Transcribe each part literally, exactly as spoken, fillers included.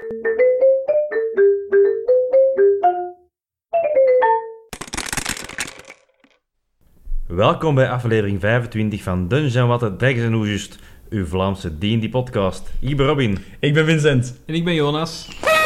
Welkom bij aflevering vijfentwintig van Dungeon Watten, Dragons en Oejust, uw Vlaamse D en D podcast. Ik ben Robin. Ik ben Vincent. En ik ben Jonas.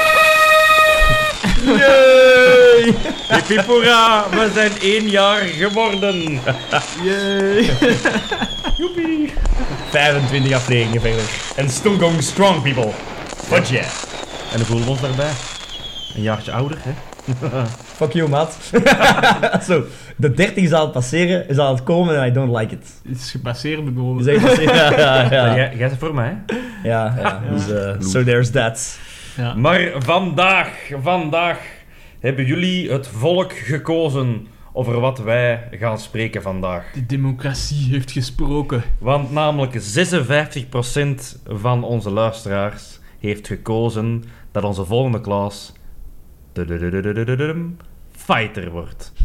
Yay! Hippie hoera, we zijn één jaar geworden. Yay! Joepie. vijfentwintig afleveringen verder. En still going strong, people. But yeah. En hoe voelen we ons daarbij? Een jaartje ouder, hè? Fuck you, maat. Zo, de dertig is aan het passeren, is aan het komen en I don't like it. Het is gepasseerd begonnen. Is echt passeren? Ja, ja, ja. Jij, jij bent voor mij, hè? Ja, ja. Dus, uh, so there's that. Ja. Maar vandaag, vandaag hebben jullie het volk gekozen over wat wij gaan spreken vandaag. De democratie heeft gesproken. Want namelijk zesenvijftig procent van onze luisteraars heeft gekozen dat onze volgende klas fighter wordt.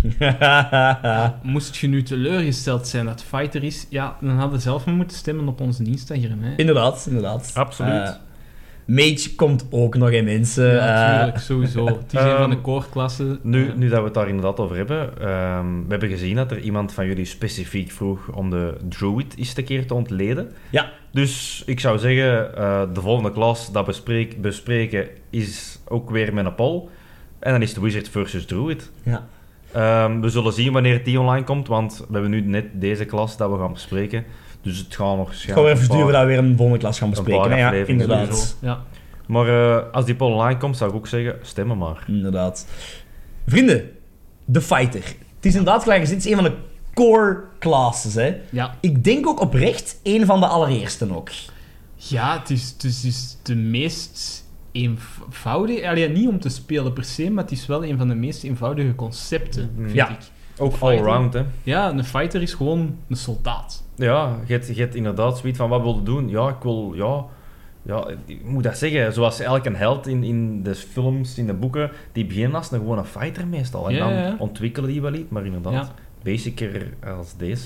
Moest je nu teleurgesteld zijn dat Fighter is, ja, dan hadden we zelf maar moeten stemmen op onze Instagram. Hè? Inderdaad, inderdaad. Absoluut. Uh, Mage komt ook nog in mensen. Ja, natuurlijk, uh, sowieso. Het is een van de Um, koorklassen. Nu, Uh, nu dat we het daar inderdaad over hebben, um, we hebben gezien dat er iemand van jullie specifiek vroeg om de Druid eens een keer te ontleden. Ja. Dus ik zou zeggen, uh, de volgende klas dat we bespreek, bespreken is ook weer met een poll. En dan is het Wizard versus Druid. Ja. Um, we zullen zien wanneer die online komt, want we hebben nu net deze klas dat we gaan bespreken. Dus het gaat nog... Gaan we even sturen dat we weer een volgende klas gaan bespreken. paar hè? Ja, afleveringen inderdaad. sowieso. Ja. Maar uh, als die poll online komt, zou ik ook zeggen, stemmen maar. Inderdaad. Vrienden, de fighter. Het is inderdaad gelijk gezegd, het is een van de core classes. Hè. Ja. Ik denk ook oprecht een van de allereerste ook. Ja, het is, het is, het is de meest eenvoudige... Allee, niet om te spelen per se, maar het is wel een van de meest eenvoudige concepten, vind Ja. ik. Ook Fighter. allround, hè. Ja, een fighter is gewoon een soldaat. Ja, je hebt, je hebt inderdaad zoiets van, wat wil je doen? Ja, ik wil... Ja, ja, ik moet dat zeggen. Zoals elke held in, in de films, in de boeken, die beginnen als een gewone fighter meestal. En Ja, dan ja. ontwikkelen die wel iets, maar inderdaad, Ja. basicer als deze.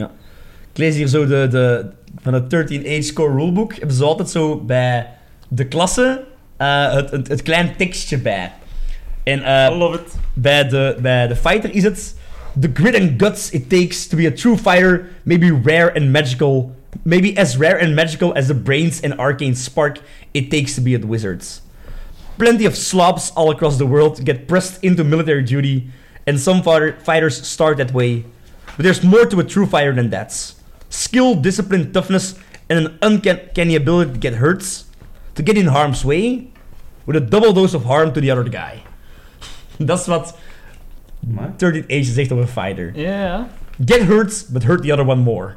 Ik lees hier zo de, de, van het dertien Age Core Rulebook. Hebben ze altijd zo bij de klasse uh, het, het, het klein tekstje bij. En uh, I love it. bij, de, bij de fighter is het... The grit and guts it takes to be a true fighter may be rare and magical... Maybe as rare and magical as the brains and arcane spark it takes to be a wizard. Plenty of slobs all across the world get pressed into military duty, and some fighter, fighters start that way. But there's more to a true fighter than that. Skill, discipline, toughness, and an uncanny ability to get hurt, to get in harm's way, with a double dose of harm to the other guy. Dat is wat dertien Age zegt over een fighter. Ja, ja. Get hurt, but hurt the other one more.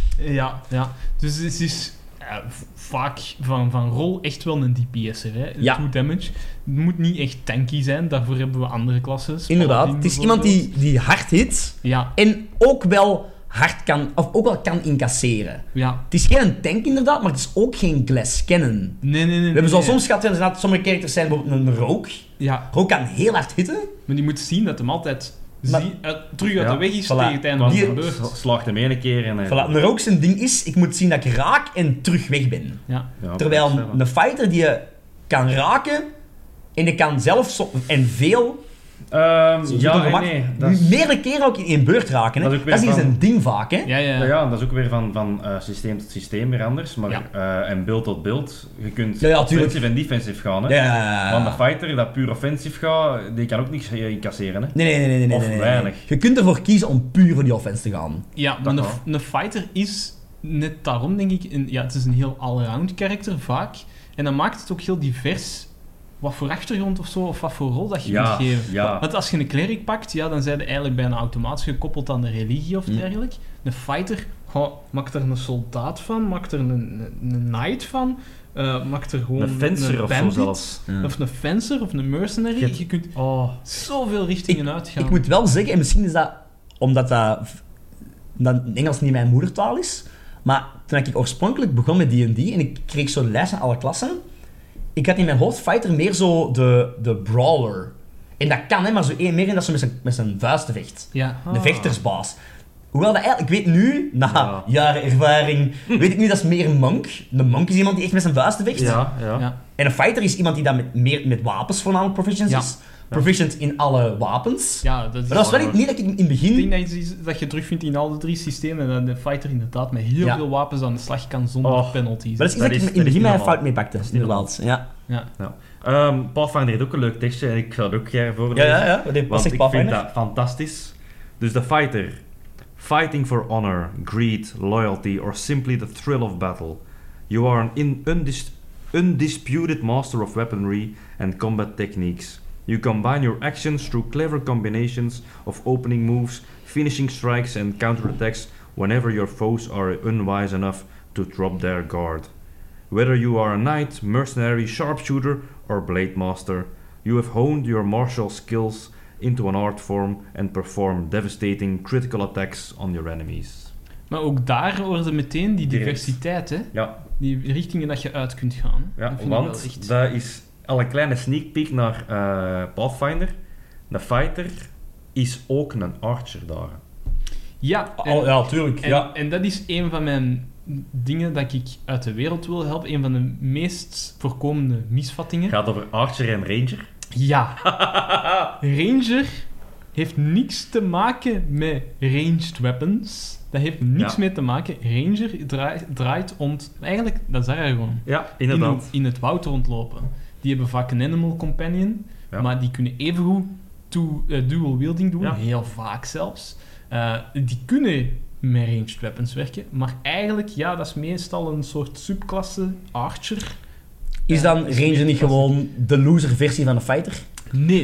Ja, ja. Dus het is ja, v- vaak van, van rol echt wel een D P S'er. Hè. Ja. Two damage. Het moet niet echt tanky zijn, daarvoor hebben we andere klassen. Inderdaad, Paladin het is iemand die, die hard hit Ja, en ook wel hard kan, of ook wel kan incasseren. ja. Het is geen tank inderdaad, maar het is ook geen glass cannon. Nee, nee, nee. We hebben nee, zoals nee. soms gehad, inderdaad, sommige characters zijn bijvoorbeeld een rook. Ja, Rook kan heel hard hitten. maar die moet zien dat hem altijd Maar- zie, uit- terug uit Ja, de weg is voilà. tegen het einde van Die- de beurt. Slaagt hem één keer en... Voilà, een rook zijn ding is, ik moet zien dat ik raak en terug weg ben. Ja. Ja, Terwijl dat is een fighter die je kan raken en die kan zelf zo, en veel, Ehm, zo ja, op en gemak, nee. Dat is, meerdere keren ook in één beurt raken. Hè. Dat is Dat ook is, weer niet van- zijn ding vaak. Hè. Ja, ja, ja, ja. ja, dat is ook weer van, van uh, systeem tot systeem weer anders. Maar, Ja. uh, en beeld tot beeld. Je kunt Ja, ja, tuurlijk. offensief en defensief gaan. Hè. Ja. Want de fighter dat puur offensief gaat, die kan ook niks eh, incasseren. Hè. Nee, nee, nee, nee, nee, Of nee, nee. weinig. Je kunt ervoor kiezen om puur voor die offense te gaan. Ja, Dat maar wel. een, een fighter is net daarom, denk ik, een, ja, het is een heel allround karakter vaak. En dat maakt het ook heel divers wat voor achtergrond of zo, of wat voor rol dat je Ja, kunt geven. ja. Want als je een cleric pakt, ja, dan zijn je eigenlijk bijna automatisch gekoppeld aan de religie of Hm. dergelijke. Een fighter, goh, maakt er een soldaat van, maakt er een, een, een knight van, uh, maakt er gewoon Een fencer of zo bandit, zelfs. Ja. of een fencer, of een mercenary. Je hebt- Je kunt Oh. zoveel richtingen uitgaan. Ik moet wel zeggen, en misschien is dat omdat dat, dat Engels niet mijn moedertaal is, maar toen ik oorspronkelijk begon met D en D en ik kreeg zo'n lijst van alle klassen, ik had in mijn hoofd fighter meer zo de, de brawler. En dat kan, hè, maar zo één meer in dat ze met zijn, met zijn vuisten vecht. Ja. De Ah. vechtersbaas. Hoewel dat eigenlijk, ik weet nu, na Ja. jaren ervaring, weet ik nu dat is meer een monk. De monk is iemand die echt met zijn vuisten vecht. Ja, ja. Ja. En een fighter is iemand die dan met, meer met wapens voornamelijk proficient Ja. is. Proficient in alle wapens. Ja, dat is... Maar dat was wel niet, niet dat ik in het begin... Ik denk dat je, dat je terugvindt in al de drie systemen. En dat de fighter inderdaad met heel Ja. veel wapens aan de slag kan zonder Oh. penalties. Maar dat is iets Dat dat ik is- in het dat is begin niet mijn normaal. fout mee pakte. Dat is niet Inderdaad. Ja. Ja. Ehm Pathfinder heeft ook een leuk tekstje en ik ga het ook jij voorlezen. Ja, ja, ja. Wat Want zegt ik vind Pathfinder? dat fantastisch. Dus de fighter. Fighting for honor, greed, loyalty or simply the thrill of battle. You are an in undis- undisputed master of weaponry and combat techniques. You combine your actions through clever combinations of opening moves, finishing strikes and counterattacks whenever your foes are unwise enough to drop their guard. Whether you are a knight, mercenary, sharpshooter or blade master, you have honed your martial skills into an art form and perform devastating critical attacks on your enemies. Maar ook daar hoorde meteen die Direct. diversiteit, hè? Ja, Die richtingen dat je uit kunt gaan. ja Dat vind ik wel want echt... dat is al een kleine sneak peek naar eh, Pathfinder. De fighter is ook een archer daar. Ja, en, Oh, ja, tuurlijk. en, Ja. en dat is een van mijn dingen dat ik uit de wereld wil helpen. Een van de meest voorkomende misvattingen. Het gaat over archer en ranger. Ja. Ranger heeft niks te maken met ranged weapons. Dat heeft niks Ja. mee te maken. Ranger draait, draait om... t- Eigenlijk, dat is daar gewoon. Ja, In, inderdaad. in het woud rondlopen. Die hebben vaak een animal companion, Ja. maar die kunnen evengoed to, eh, dual wielding doen, Ja. heel vaak zelfs. Eh, die kunnen met ranged weapons werken, maar eigenlijk, ja, dat is meestal een soort subklasse archer. Is dan is Ranger een niet gewoon de loser versie van de fighter? Nee.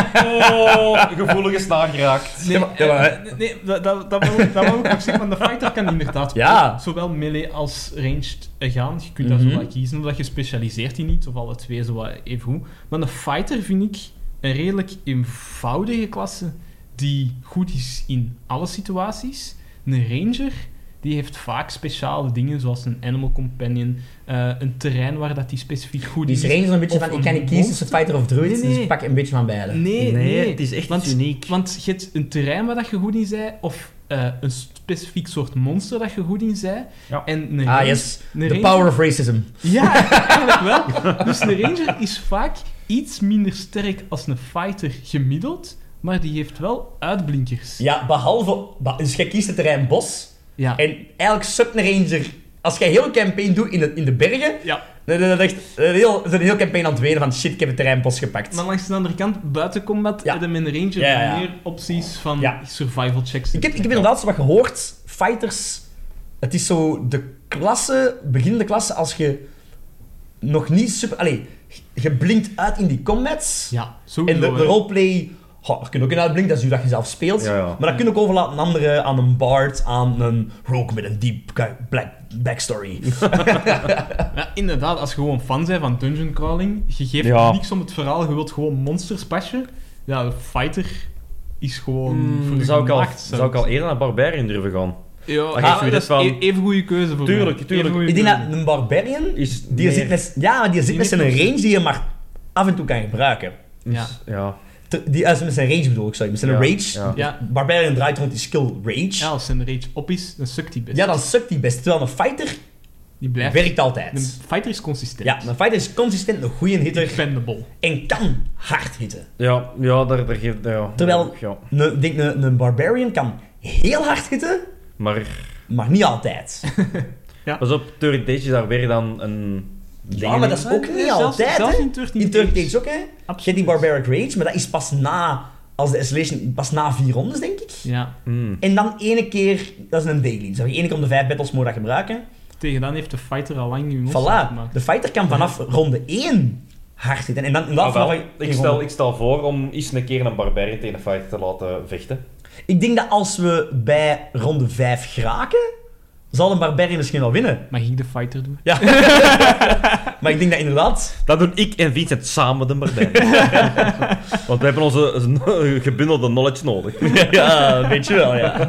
Oh, gevoelige snaar geraakt. Nee, Ja, maar- ja, maar- eh, nee, nee, dat, dat, dat, wil, dat wil ik nog zeggen, want de fighter kan inderdaad Ja. ook zowel melee als ranged eh, gaan. Je kunt daar Mhm. zo wat kiezen, of dat je specialiseert in iets, of alle twee zo wat even goed. Maar een fighter vind ik een redelijk eenvoudige klasse die goed is in alle situaties. Een ranger die heeft vaak speciale dingen, zoals een animal companion, eh, een terrein waar dat die specifiek goed Die is. is Ranger een beetje Of van, ik een kan niet kiezen tussen monster. fighter of druid, Nee, dus nee. ik pak een beetje van beide. Nee, nee, Nee, het is echt want, iets uniek. Want je hebt een terrein waar dat je goed in bent, of eh, een specifiek soort monster dat je goed in bent. Ja. En een Ah, ranger- yes. een The ranger- power of racism. Ja, eigenlijk wel. Dus een ranger is vaak iets minder sterk als een fighter gemiddeld, maar die heeft wel uitblinkers. Ja, behalve... be- Dus jij kiest het terrein bos, Ja. en eigenlijk sukt een Ranger... Als jij heel campaign doet in de, in de bergen, ja. dan dan- dan echt een heel, een heel campaign aan het wenen van shit, ik heb het terrein bos gepakt. Maar langs de andere kant, buiten combat, Ja. hebben met een ranger Ja, ja, ja. meer opties van Ja. survival checks. Ik heb, ik heb inderdaad zo wat gehoord, fighters... Het is zo de klasse, beginnende klasse, als je nog niet super... Allee, je blinkt uit in die combats. Ja, sowieso. En de, de hè. roleplay... Goh, er kun je ook in uitblinken, dat is hoe dat je zelf speelt. Ja, ja. Maar dat kun je ook overlaten aan anderen, aan een bard, aan een rogue met een deep ka- black backstory. Ja, inderdaad, als je gewoon fan bent van dungeon crawling, je geeft Ja. niks om het verhaal, je wilt gewoon monsters patchen. Ja, de fighter is gewoon Mm, voor je zou, ik al, gemaakt, zou ik al eerder naar Barbarian durven gaan. Ja, Dan ja, geef je dat dit is van- e- even goede keuze voor Tuurlijk, mij. tuurlijk. Even goeie Ik denk keuze. dat een barbarian, Is die meer- zit met, ja, maar die zit Die met zijn heeft nog- range die je maar af en toe kan gebruiken. Ja. Ja. Te- Die, als met zijn range bedoel ik, sorry. Met zijn Ja, rage. ja. Ja. Barbarian draait rond die skill rage. Ja, als zijn rage op is, dan sukt hij best. Ja, dan sukt die best. Terwijl een fighter Die blijft... werkt altijd. Een fighter is consistent. Ja, een fighter is consistent een goede hitter Defendable. en kan hard hitten. Ja, ja, daar, daar geeft... Ja. Terwijl- Ja. Een, ik denk, een, een barbarian kan heel hard hitten, Maar maar niet altijd. pas op, Turret Age is daar weer dan een... Ja, maar dat is ook niet Zelfs- altijd, zelfs hè. in dertien In Turret Age. Age ook, hè. Je Absoluut. hebt die barbaric rage, maar dat is pas na... Als de escalation... Pas na vier rondes, denk ik. Ja. Mm. En dan ene keer... Dat is een daily. Dus één keer om de vijf battles moet je dat gebruiken. Tegen dan heeft de fighter al lang nu Voilà. De fighter kan vanaf ronde één hard zitten. En dan... en dan Ah, wel, vanaf ik, één stel, ronde- ik stel voor om eens een keer een Barbarian tegen een fighter te laten vechten. Ik denk dat als we bij ronde vijf geraken, zal een barbarian misschien wel winnen. Mag ik de fighter doen? Ja. Maar ik denk dat inderdaad... Dat doen ik en Vincent samen de Barbarian. Want we hebben onze onze gebundelde knowledge nodig. Ja, weet je wel, ja.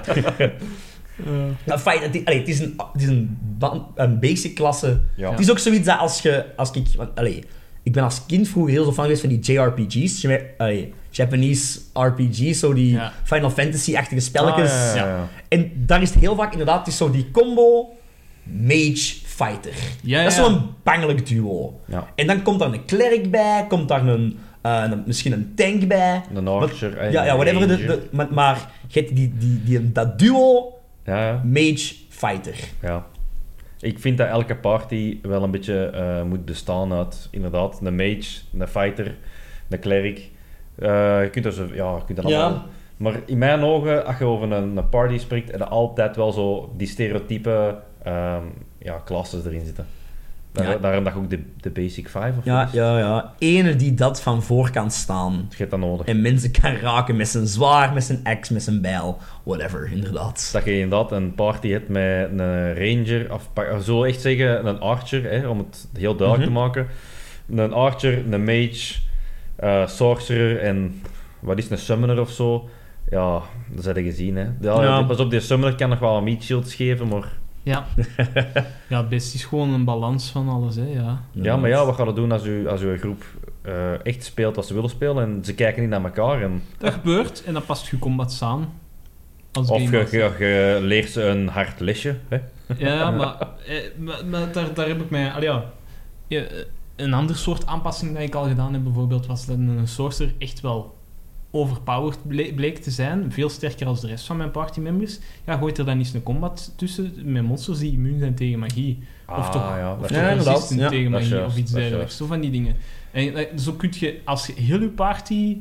Uh, Nou, feit, het, is, allee, het is, een, het is een, ba- een basic klasse. Ja. Het is ook zoiets dat als je... Als ik, want, allee, ik ben als kind vroeger heel zo fan geweest van die J R P G's. Jama- allee, Japanese R P G's, zo die Ja. Final Fantasy-achtige spelletjes. Ah, ja, ja, ja. En daar is het heel vaak inderdaad, het is zo die combo Mage Fighter. Ja, Dat is ja. zo'n bangelijk duo. Ja. En dan komt daar een cleric bij, komt daar een, uh, een, misschien een tank bij. Een archer. en Ja, ja een whatever. De, ranger. de, maar maar je hebt die, die, die, dat duo Ja, ja. Mage Fighter. Ja. Ik vind dat elke party wel een beetje uh, moet bestaan uit, inderdaad, een mage, een fighter, een cleric. Uh, je kunt er zo, ja, je kunt dat Ja. allemaal. Maar in mijn ogen, als je over een, een party spreekt, heb je altijd wel zo die stereotype um, ja, classes erin zitten. Daar, Ja. Daarom dat je ook de, de basic five of Ja, wat is. ja, ja. Ene die dat van voor kan staan. Je hebt dat nodig. En mensen kan raken met zijn zwaard, met zijn axe, met zijn bijl. Whatever, inderdaad. Dat je inderdaad een party hebt met een ranger, of pa- zo echt zeggen een archer, hè, om het heel duidelijk Mhm. te maken. Een archer, een mage, uh, sorcerer en wat is een summoner of zo. Ja, dat heb je gezien. Hè. Ja, Ja. Pas op, die summoner kan nog wel een meat shields geven, maar... Ja. Ja, best is gewoon een balans van alles, hè. Ja. Ja, maar ja, wat gaat het doen als u, als uw groep uh, echt speelt wat ze willen spelen en ze kijken niet naar elkaar? En, Dat gebeurt en dan past je combat aan. Als of game je, master. je, je leert ze een hard lesje. Hè. Ja, maar, eh, maar, maar daar, daar heb ik mij... allee, ja, ja, een ander soort aanpassing dat ik al gedaan heb, bijvoorbeeld, was dat een sorcerer echt wel overpowered ble- bleek te zijn. Veel sterker als de rest van mijn partymembers. Ja, gooit er dan eens een combat tussen met monsters die immuun zijn tegen magie. Of Ah, toch, ja, of dat toch Ja, inderdaad, resistant ja. tegen Dat is magie juist, of iets dat is dergelijks. Zo van die dingen. En eh, zo kun je, als je heel je party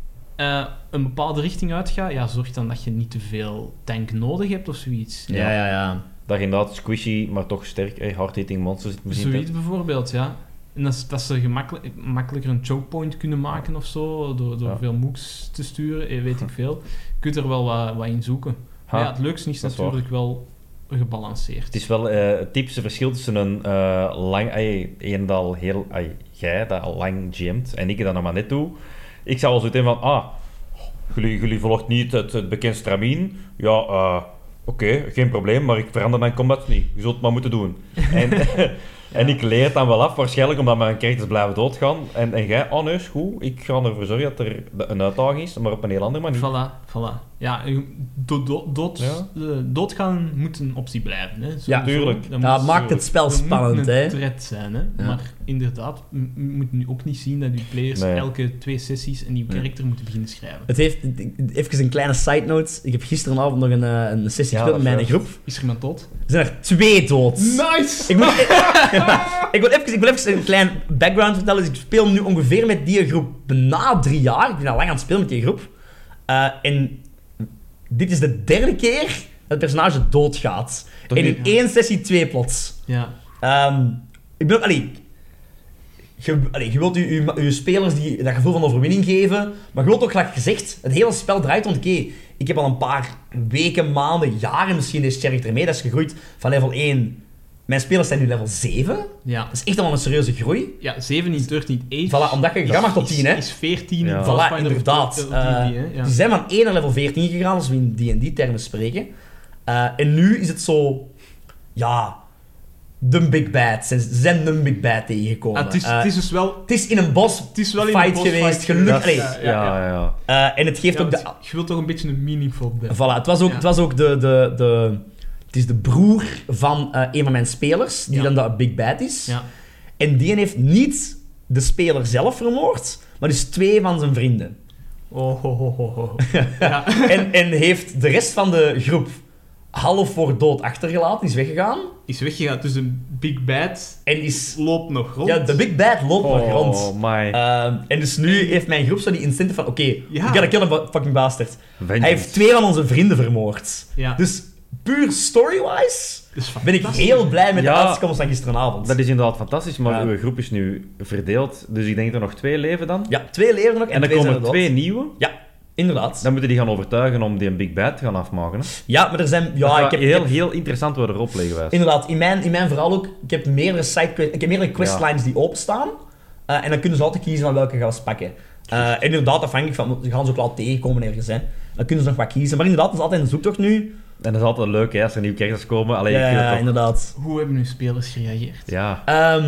eh, een bepaalde richting uitgaat, ja, zorg dan dat je niet te veel tank nodig hebt of zoiets. Ja, ja, ja. Dat je inderdaad squishy, maar toch sterk, hey, hard-hitting monsters misschien Zoiets bijvoorbeeld, ja. En dat, is- dat ze gemakkelijk, makkelijker een choke point kunnen maken of zo, door, door Ja. veel mooks te sturen, eh, weet ik veel. Je kunt er wel wat, wat in zoeken. Maar ja, het leukste is dat is natuurlijk wel gebalanceerd. Het is wel uh, het typische verschil tussen een uh, lang... Ay, een dat al heel... Ay, jij dat al lang gymt en ik dat nog maar net doe. Ik zou wel zo meteen van... Ah, jullie, jullie volgt niet het, het bekendste stramien. Ja, uh, oké, okay, geen probleem, maar ik verander mijn combat niet. Je zult het maar moeten doen. En, en ik leer het dan wel af, waarschijnlijk omdat mijn characters blijven doodgaan. En, en jij, oh nee, is goed. Ik ga ervoor zorgen dat er een uitdaging is, maar op een heel andere manier. Voilà, voilà. Ja, do, do, dood, Ja. uh, doodgaan moet een optie blijven. Hè. Zo- Ja, tuurlijk. dat Ja, moet- maakt het spel dat moet spannend, een hè. threat zijn, hè. Ja. Maar inderdaad, m- je moet nu ook niet zien dat je players Nee. elke twee sessies een nieuw Ja. karakter moeten beginnen schrijven. Het heeft, even een kleine side note. Ik heb gisteravond nog een, eh, een sessie Ja, gespeeld met dat is mijn groep. Is er iemand dood? Er zijn er twee dood. Nice! Ik moet, ik, wil even, ik wil even een klein background vertellen. Dus ik speel nu ongeveer met die groep bijna drie jaar. Ik ben al lang aan het spelen met die groep. Uh, en dit is de derde keer dat het personage doodgaat. Toch En in niet? één sessie twee plots. Ja. Um, ik ben ook... Allee, je, allee, je wilt je, je, je spelers die, dat gevoel van overwinning geven, maar je wilt ook, gelijk gezegd, het hele spel draait rond, oké, ik heb al een paar weken, maanden, jaren misschien deze character mee, dat is gegroeid van level één. Mijn spelers zijn nu level zeven. Ja. Dat is echt al een serieuze groei. Ja, zeven in dertien age. Voilà, omdat je gegaan mag tot is- tien, hè. Is veertien Ja. in Voilà, Pathfinder of inderdaad. D- of D Uh, D, hè, ja. Die zijn van één naar level veertien gegaan, als we in D en D-termen spreken. Uh, en nu is het zo... Ja... De Big Bad. Ze zijn de Big Bad tegengekomen. Ah, het, is, Uh, het is dus wel... het is in een bos Het is wel in fight een boss geweest, fight gelukkig. geweest. Allee, Ja, Ja, ja, ja. Uh, en het geeft Ja, ook want de... Je wilt toch een beetje een meaningful death. Voilà, het was ook, Ja. het was ook de, de, de... Het is de broer van uh, een van mijn spelers, die Ja. dan de Big Bad is. Ja. En die heeft niet de speler zelf vermoord, maar dus twee van zijn vrienden. Oh, ho, ho, ho, ho. Ja. en, en heeft de rest van de groep half voor dood achtergelaten, is weggegaan. Is weggegaan, dus een Big Bad En is... loopt nog rond. Ja, de Big Bad loopt nog rond. Oh, my. Ehm, en dus nu heeft mijn groep zo die incentive van, oké, Ja. we gotta kill a fucking bastard. Vengeance. Hij heeft twee van onze vrienden vermoord. Ja. Dus puur story-wise Dus ben ik fantastisch. heel blij met Ja. de uitkomst van gisteravond. Dat is inderdaad fantastisch, maar Ja. uw groep is nu verdeeld. Dus ik denk dat er nog twee leven dan. Ja, twee leven nog en, En dan twee zijn komen er twee dood. nieuwe. Ja, inderdaad. Dan moeten die gaan overtuigen om die een Big Bad te gaan afmaken. Hè. Ja, maar er zijn... Dat Ja, gaat ik heb... heel, ik heb- heel interessant worden opleggen geweest. Inderdaad, in mijn, in mijn verhaal ook, ik heb meerdere sidequests, ik heb meerdere questlines die openstaan. Uh, en dan kunnen ze altijd kiezen van welke gaan ze pakken. Uh, en inderdaad, afhankelijk van, ze gaan ze ook laat tegenkomen ergens, hè. Dan kunnen ze nog wat kiezen. Maar inderdaad, het is altijd een zoektocht nu. En dat is altijd leuk hè, als er nieuwe characters komen. Allee, Ja, ik vind ja, het toch... inderdaad. Hoe hebben uw spelers gereageerd? Ja.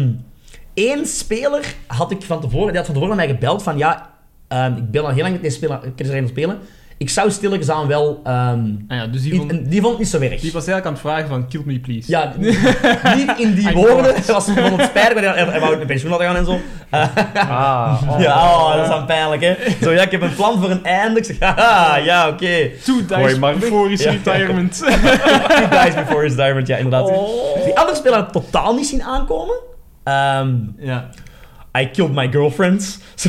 Eén speler had ik van tevoren, die had van tevoren naar mij gebeld van ja, um, ik ben al heel lang met deze speler, ik kan er spelen. ik zou stilletjes aan wel... ehm, Ah ja, dus die die, vond, die vond het niet zo erg. die was eigenlijk aan het vragen van kill me please. Ja, niet in die I woorden. know. Het was van het spijt, maar hij, hij wou met pensioen laten gaan en zo. Ah, oh. Ja, oh, dat is dan pijnlijk, hè. Zo, ja, ik heb een plan voor een einde. Ik zeg, haha, ja, oké. Okay. Two Gooi dice maar. before his Ja. retirement. Two guys before his diamond, ja, inderdaad. Oh. Die andere speler had het totaal niet zien aankomen. Ehm, Ja. I killed my girlfriend. Zo,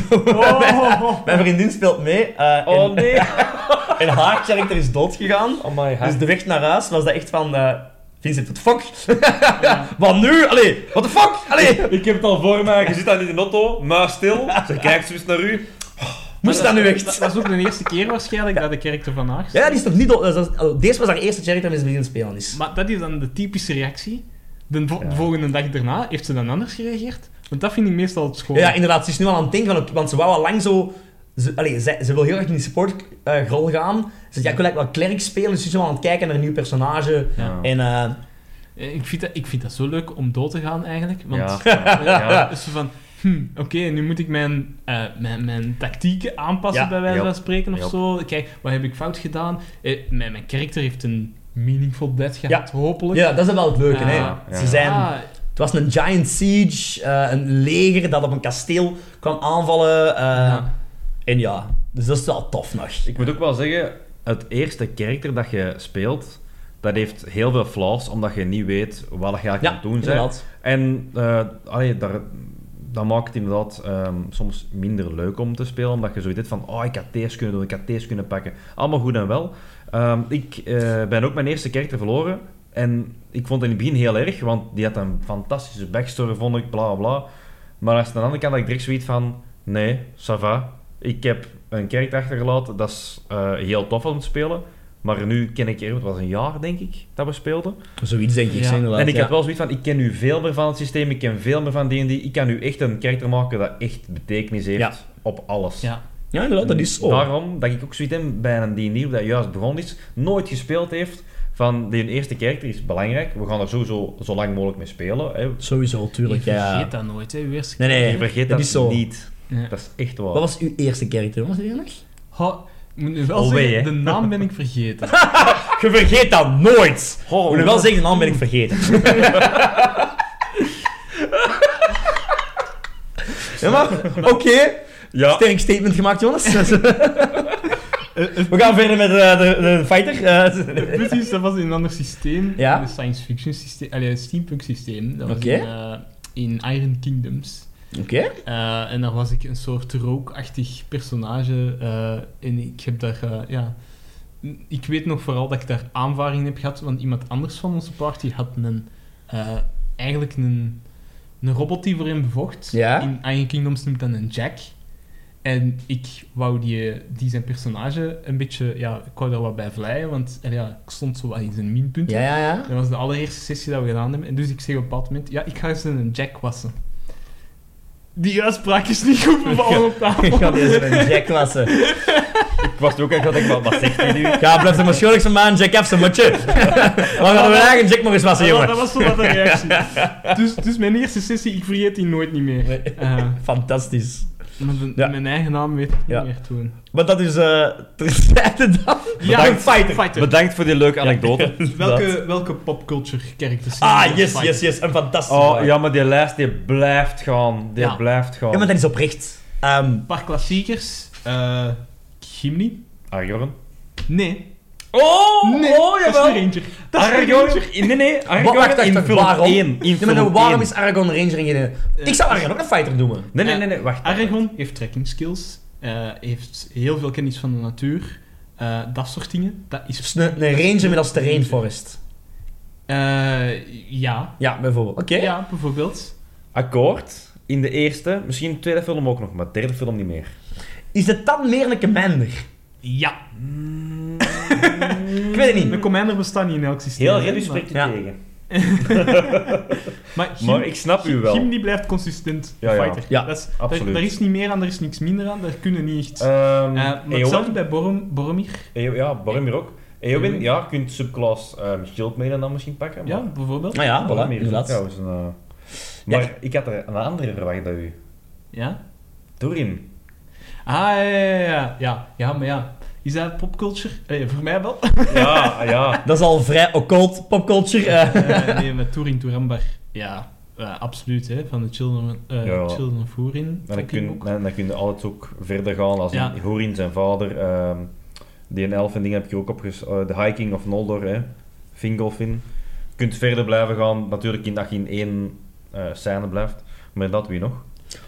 Oh. mijn vriendin speelt mee. eh, Oh en, nee. en haar character is doodgegaan. Oh my Dus de weg naar huis was dat echt van... eh Vincent, what the fuck? Ja. Wat nu? Allee, what the fuck? Allee. Ik heb het al voor mij. Je zit dan in de auto, maar stil. Ze kijkt zo eens naar u. Moest dat nu Dat, echt? dat is ook de eerste keer waarschijnlijk dat de character van haar Ja, die is toch niet... dood- dat is- oh, Deze was haar eerste character met zijn vriendin spelen is. Maar dat is dan de typische reactie. De, vo- Ja. de volgende dag daarna heeft ze dan anders gereageerd. Want dat vind ik meestal het schoon. Ja, inderdaad. Ze is nu al aan het denken van... oké, want ze wou al lang zo... Ze, allee, ze, ze wil heel erg in die supportrol gaan. Ze zegt, ja, ik wil eigenlijk wel klerk spelen. Dus ze is nu al aan het kijken naar een nieuw personage. Ja. En... eh, Eh, Ik vind, dat, ik vind dat zo leuk om dood te gaan eigenlijk. Want Ja. ja. Ja. Dus zo van, hm, oké, nu moet ik mijn, eh, mijn, mijn tactieken aanpassen Ja. bij wijze Ja. van spreken of Ja. zo. Kijk, wat heb ik fout gedaan? Eh, mijn, mijn karakter heeft een meaningful death gehad, hopelijk. ja, dat is wel het leuke, hè. Ah, ja. Ze zijn... Ah, Het was een giant siege. eh, een leger dat op een kasteel kwam aanvallen. eh, ja. En ja, dus dat is wel tof nog. Ik moet ook wel zeggen, het eerste karakter dat je speelt, dat heeft heel veel flaws, omdat je niet weet wat je gaat Ja, doen bent. inderdaad. En uh, allee, daar, dat maakt het inderdaad um, soms minder leuk om te spelen, omdat je zoiets hebt van, oh, ik had deze kunnen doen, ik had deze kunnen pakken. Allemaal goed en wel. Um, ik uh, ben ook mijn eerste karakter verloren, en ik vond het in het begin heel erg, want die had een fantastische backstory, vond ik, bla bla. Maar aan de andere kant had ik direct zoiets van, nee, ça va. Ik heb een karakter achtergelaten, dat is uh, heel tof om te spelen. Maar nu ken ik er, het was een jaar denk ik, dat we speelden. Zoiets denk ik, Ja. inderdaad. En ik ja. heb wel zoiets van, ik ken nu veel meer van het systeem, ik ken veel meer van D en D. Ik kan nu echt een karakter maken dat echt betekenis heeft Ja. op alles. Ja. Ja, inderdaad, dat is zo. Daarom dat ik ook zoiets heb bij een D en D, dat juist begonnen is, nooit gespeeld heeft, van die eerste karakter is belangrijk. We gaan er sowieso zo lang mogelijk mee spelen. Hè. Sowieso, tuurlijk. Je Ja. vergeet dat nooit, hè, uw eerste Nee, nee. Je vergeet dat dat, is zo. niet. Ja. Dat is echt waar. Wat was uw eerste karakter, was die nog? Ha, ik moet nu wel Alweer, zeggen, hè. de naam ben ik vergeten. Je vergeet dat nooit! Oh, Moet je wel zeggen, de naam ben ik vergeten. ja, maar, oké. Ja. Sterk statement gemaakt, jongens. We gaan verder met uh, de, de fighter. Het Uh, punt is, dat was in een ander systeem. Ja? Een science fiction systeem. Allee, een steampunk systeem. Dat was Oké. in, eh, in Iron Kingdoms. Oké. Eh, en daar was ik een soort rookachtig personage. eh, en ik heb daar, eh, ja... Ik weet nog vooral dat ik daar aanvaring heb gehad, want iemand anders van onze party had een... eh, eigenlijk een, een robot die voor hem bevocht. Ja? In Iron Kingdoms noemt dat een Jack. En ik wou die, die zijn personage een beetje... Ja, ik wou daar wat bij vleien, want eh, ja, ik stond zo wat in zijn minpunten. Ja, ja, ja. Dat was de allereerste sessie dat we gedaan hebben. En dus ik zeg op een bepaald moment... Ja, ik ga eens een Jack wassen. Die uitspraak is niet goed bevallen op tafel. Ik ga deze een Jack wassen. Ik was er ook echt dat ik wat, wat zegt hij nu? Ja, blijf er maar schoonlijk van mij een Jack af, zijn matje. We gaan we eigen Jack nog eens wassen, dat, jongen. dat was zo wat een reactie. Dus, dus mijn eerste sessie, ik vergeet die nooit niet meer. Eh, Fantastisch. maar de- Ja. mijn eigen naam weet ik niet Ja. meer toen. Maar dat is... eh terzijde dan. Ja, Bedankt, fighter. Bedankt voor die leuke anekdote. Welke, welke popculture characters? Ah, zijn er? yes, Fighter. yes, yes. Een fantastisch. Oh, ja, maar die lijst die blijft gaan. Die Ja. blijft gaan. Ja, maar dat is oprecht. Ehm Een paar klassiekers. Eh Gimli? Aragorn. Nee. Oh, Nee, oh, dat is jawel. de Ranger. Dat is de Aragorn. Ranger. Nee, nee. Wacht, Aragorn wacht, wacht, in film waarom? één. In ja, maar film nou, waarom één. is Aragorn een Ranger en geen... Ik zou Aragorn ook een fighter noemen. Nee, nee, Eh, nee, nee, wacht. Aragorn heeft trekking skills. eh, heeft heel veel kennis van de natuur. eh, dat soort dingen. Dat is... Dus een, een Ranger met als de Rainforest. Eh, ja. Ja, bijvoorbeeld. Oké. Ja, bijvoorbeeld. Akkoord. In de eerste, misschien in de tweede film ook nog, maar de derde film niet meer. Is het dan meer een commander? Ja. Ik weet het niet. Een commander bestaat niet in elk systeem. Heel hè, Reddy spreekt je Ja. tegen. Maar, Gim- Maar ik snap u wel. Gimli blijft consistent Ja, ja. fighter. Ja, dat is, absoluut. Daar, daar is niet meer aan, daar is niks minder aan. Daar kunnen niet echt... Ehm Eh, maar Eowyn? hetzelfde bij Borom, Boromir. Eeuw- ja, Boromir ook. Eowyn, Eowyn. ja, je kunt subclass um, Shieldmaiden dan misschien pakken. Ja, Maar bijvoorbeeld. Nou ja, voilà, Boromir is ook inderdaad. trouwens een... eh, Ja. Maar ik had er een andere verwacht bij u. Ja? Thorin. Ah, ja, ja, ja. Ja, ja maar ja. Is dat popculture? Eh, voor mij wel. Ja, ja. Dat is al vrij occult popculture. eh. Eh, nee, met Touring Tourambar. Ja, uh, absoluut. Hè, van de Children, uh, Ja. Children of Hourin. En dan fucking kun, boek. dan, dan kun je altijd ook verder gaan. Als Ja. in Hourin, zijn vader, ehm, die een elf en ding heb je ook opges... Uh, The Hiking of Noldor, hè. Fingolfin. Je kunt verder blijven gaan, natuurlijk in, dat je in één uh, scène blijft. Maar dat wie nog?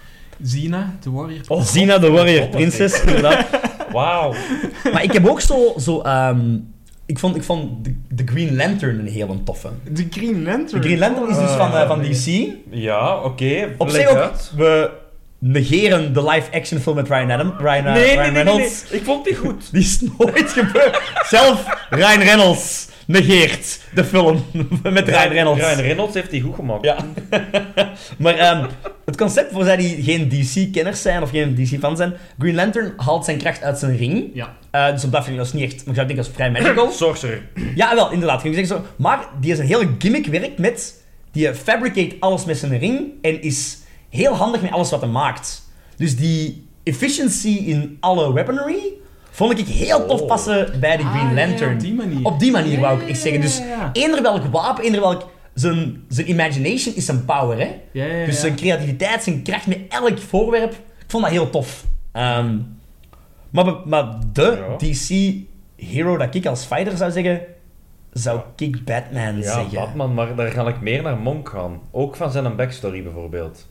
Xena, de Warrior. Oh, Xena, de Warrior God, Princess, inderdaad. Wauw. Maar ik heb ook zo... zo ehm, ik vond, ik vond de, de Green Lantern een hele toffe. De Green Lantern. De Green Lantern is dus Uh, van, eh, van nee. D C. Ja, oké. Okay. Op zich ook, we negeren de live-action film met Ryan, Adam, Ryan, uh, Nee, nee, Ryan nee, nee, Reynolds. nee. Ik vond die goed. Die is nooit gebeurd. Zelf Ryan Reynolds negeert de film met Ryan Reynolds. Ryan Reynolds heeft die goed gemaakt. Ja. Maar ehm, het concept, voor zij die geen D C-kenners zijn of geen D C-fans zijn, Green Lantern haalt zijn kracht uit zijn ring. Ja. Uh, dus op dat vind ik dat is niet echt, maar ik zou denken dat is vrij magical. Sorcerer. Ja, wel, inderdaad. Ging ik zeggen zo. Maar die is een hele gimmick werkt met, die fabricate alles met zijn ring en is heel handig met alles wat hij maakt. Dus die efficiency in alle weaponry vond ik heel tof Oh. passen bij de Green Ah, ja, Lantern. op die manier. Op die manier Ja, wou ik echt zeggen. Dus ja, ja. eender welk wapen, eender welk... Zijn, zijn imagination is zijn power, hè. Ja, ja, ja. Dus zijn creativiteit, zijn kracht met elk voorwerp. Ik vond dat heel tof. Ehm, maar, be- maar de Ja. D C-hero dat ik als fighter zou zeggen, zou ik Batman Ja, zeggen. Batman, maar daar ga ik meer naar Monk gaan. Ook van zijn backstory bijvoorbeeld.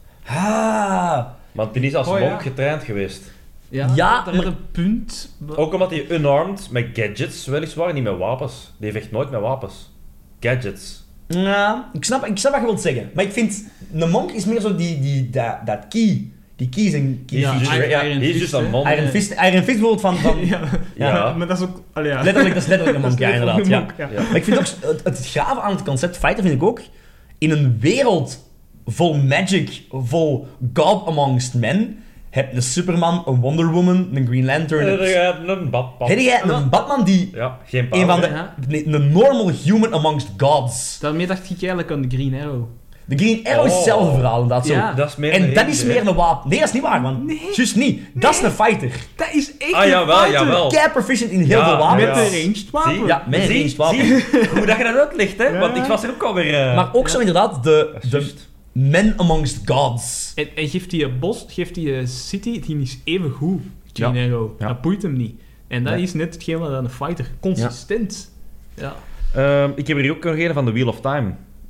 Ah, Want die is als Oh, ja. Monk getraind geweest. Ja, Ja, daar maar- is een punt. Ook omdat hij unarmed, met gadgets, weliswaar, niet met wapens. Die vecht nooit met wapens. Gadgets. ja, ik snap, ik snap wat je wilt zeggen. Maar ik vind, een monk is meer zo die, die, dat, dat key. Die key is een key Ja, feature. Iron- Ja, Iron Hij is Fist, dus een hè. man. Iron Fist, Iron Fist bijvoorbeeld van... van ja. Ja. Ja, maar dat is ook... Allee, ja. Letterlijk, dat is letterlijk een monk, ja, Dat is inderdaad. letterlijk Ja. een monk, Ja. Maar ik vind ook, het, het gave aan het concept fighter vind ik ook, in een wereld vol magic, vol God amongst men, heb je een Superman, een Wonder Woman, een Green Lantern. Eh, Heb eh, Een Batman. heb jij een Batman die Ja, geen een van power. de, Ja. nee, een normal human amongst gods. Daarmee dacht ik eigenlijk aan de Green Arrow. De Green Arrow is Oh. hetzelfde verhaal, inderdaad. Zo. Ja. Dat is meer En een dat is ranger, meer een wapen. Nee, dat is niet waar, man. Nee. Juist niet. Dat is een fighter. Dat is echt Ah, een jawel, fighter. jawel. Kei proficient in heel Ja, veel wapens. Met Ja. een ranged wapen. Zie? Ja, met een Zie? ranged wapen. Zie? Hoe dat je dat uitlegt, hè? Ja. Want ik was er ook alweer... Uh... Maar ook zo inderdaad de, Dat is de juist. men amongst gods. En, en geeft die een bos, geeft die een city, die is even goed. Green Ja. Arrow. Ja. Dat boeit hem niet. En dat Nee. is net hetgeen wat aan een fighter. Consistent. Ja. Ehm, ik heb er hier ook nog een van The Wheel of Time.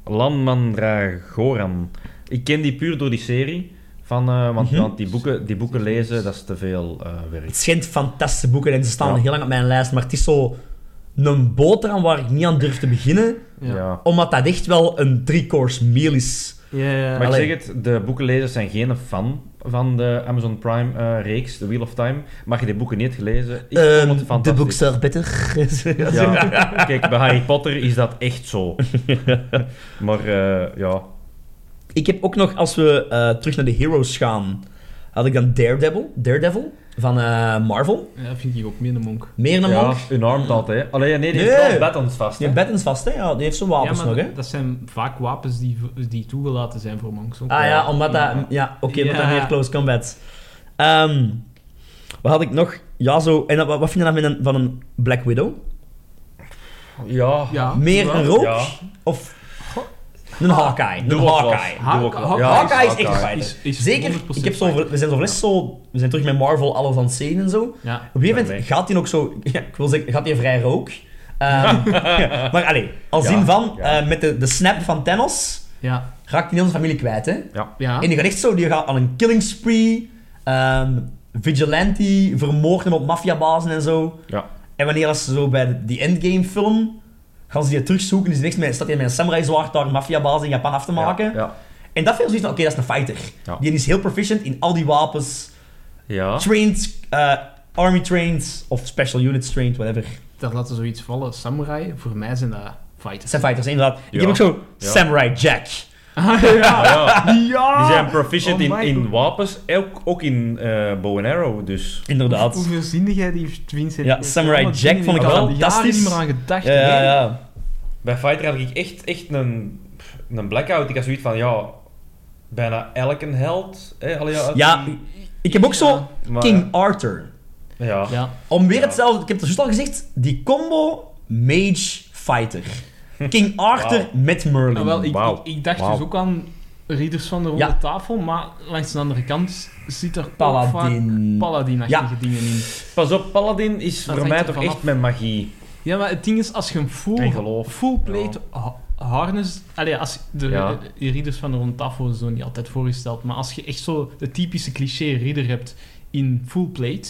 Lanmandragoran. Ik ken die puur door die serie. Van, eh, want, Mhm. want die, boeken, die boeken lezen, dat is te veel eh, werk. Het schijnt fantastische boeken en ze staan Ja. heel lang op mijn lijst, maar het is zo een boterham waar ik niet aan durf te beginnen, Ja. Ja. omdat dat echt wel een three-course meal is. Ja, ja. Maar ik Allee. zeg het, de boekenlezers zijn geen fan van de Amazon Prime-reeks, The Wheel of Time. Maar je die boeken niet hebt gelezen, ik Ehm, vond het fantastisch. de books are better. Ja, kijk, bij Harry Potter is dat echt zo. Maar eh, ja, Ik heb ook nog, als we eh, terug naar de heroes gaan, had ik dan Daredevil, Daredevil van eh, Marvel. Ja, dat vind ik ook meer een monk. Meer een ja monk. unarmed altijd. Hè. Allee, nee, die Nee. heeft wel battens vast. Die Hè. heeft buttons vast, hè? Ja, die heeft zo'n wapens ja, maar nog, hè? dat zijn vaak wapens die, die toegelaten zijn voor monks. ook. Ah ja, omdat dat... Ja. Ja, oké, omdat dat Ja. meer close combat. Ehm, wat had ik nog? Ja, zo... En wat, wat vind je dan met een, van een Black Widow? Ja, Ja. Meer Ja. een rook? Ja. Of een Hawkeye? Een Doe ook Hawkeye. wat. Doe ook wat. Hawkeye Ja, Hawkeye is echt Hawkeye. een Is- fighter. is Zeker, honderd procent ik heb zo, fighter. we zijn zo les zo... We zijn terug met Marvel, alles aan het zien en zo. Op Ja. een gegeven moment Daarmee. gaat hij ook zo... Ja, ik wil zeggen, gaat hij vrij rook. Ehm, maar allee, als Ja, zin van, ja. eh, met de, de snap van Thanos, Ja. raakt hij heel zijn familie kwijt, hè? Ja. En die gaat echt zo, die gaat aan een killing spree, ehm, vigilante, vermoorden op maffiabazen en zo. Ja. En wanneer als ze zo bij de, die endgame film, gaan ze die terugzoeken, dus niks met, staat hij met een samurai zwaard daar een maffiabazen in Japan af te maken. Ja, ja. En dat vind ik zoiets van, oké, dat is een fighter. Ja. Die is heel proficient in al die wapens, Ja. trained, eh, army trained, of special units trained, whatever. Daar laten zoiets vallen. Samurai, voor mij zijn dat Het fighters. zijn fighters, inderdaad. Ik Ja. heb ook zo Ja. Samurai Jack. Ah, ja. Ah, ja. Ja. Die zijn proficient Oh in, my in God. wapens, ook, ook in eh bow and arrow, dus... Inderdaad. Hoeveel zin jij die Vincent? Ja, heeft? Samurai Allemaal Jack dingen vond ik die wel al jaren fantastisch. niet meer aan gedacht. Ja, ja, hè. ja. Bij Fighter had ik echt, echt een, een blackout. Ik had zoiets van, ja... Bijna elke held... Hè, allee, ja, Ja, ik heb ook zo maar- King Arthur. Ja. Ja. Om weer Ja. hetzelfde, ik heb het juist al gezegd, die combo Mage Fighter. King Arthur Wauw. met Merlin. Nou, wel, ik, Wauw. ik, ik dacht Wauw. dus ook aan Ridders van de Ronde Ja. Tafel, maar langs de andere kant zit er ook Paladin. vaak Paladin-achtige Ja. dingen in. Pas op, Paladin is Dat voor hangt mij er toch vanaf. echt met magie. Ja, maar het ding is, als je een full, En geloof. full plate ha- harness... Allee, als de, Ja. de Ridders van de Ronde Tafel worden zo niet altijd voorgesteld, maar als je echt zo de typische cliché ridder hebt in full plate,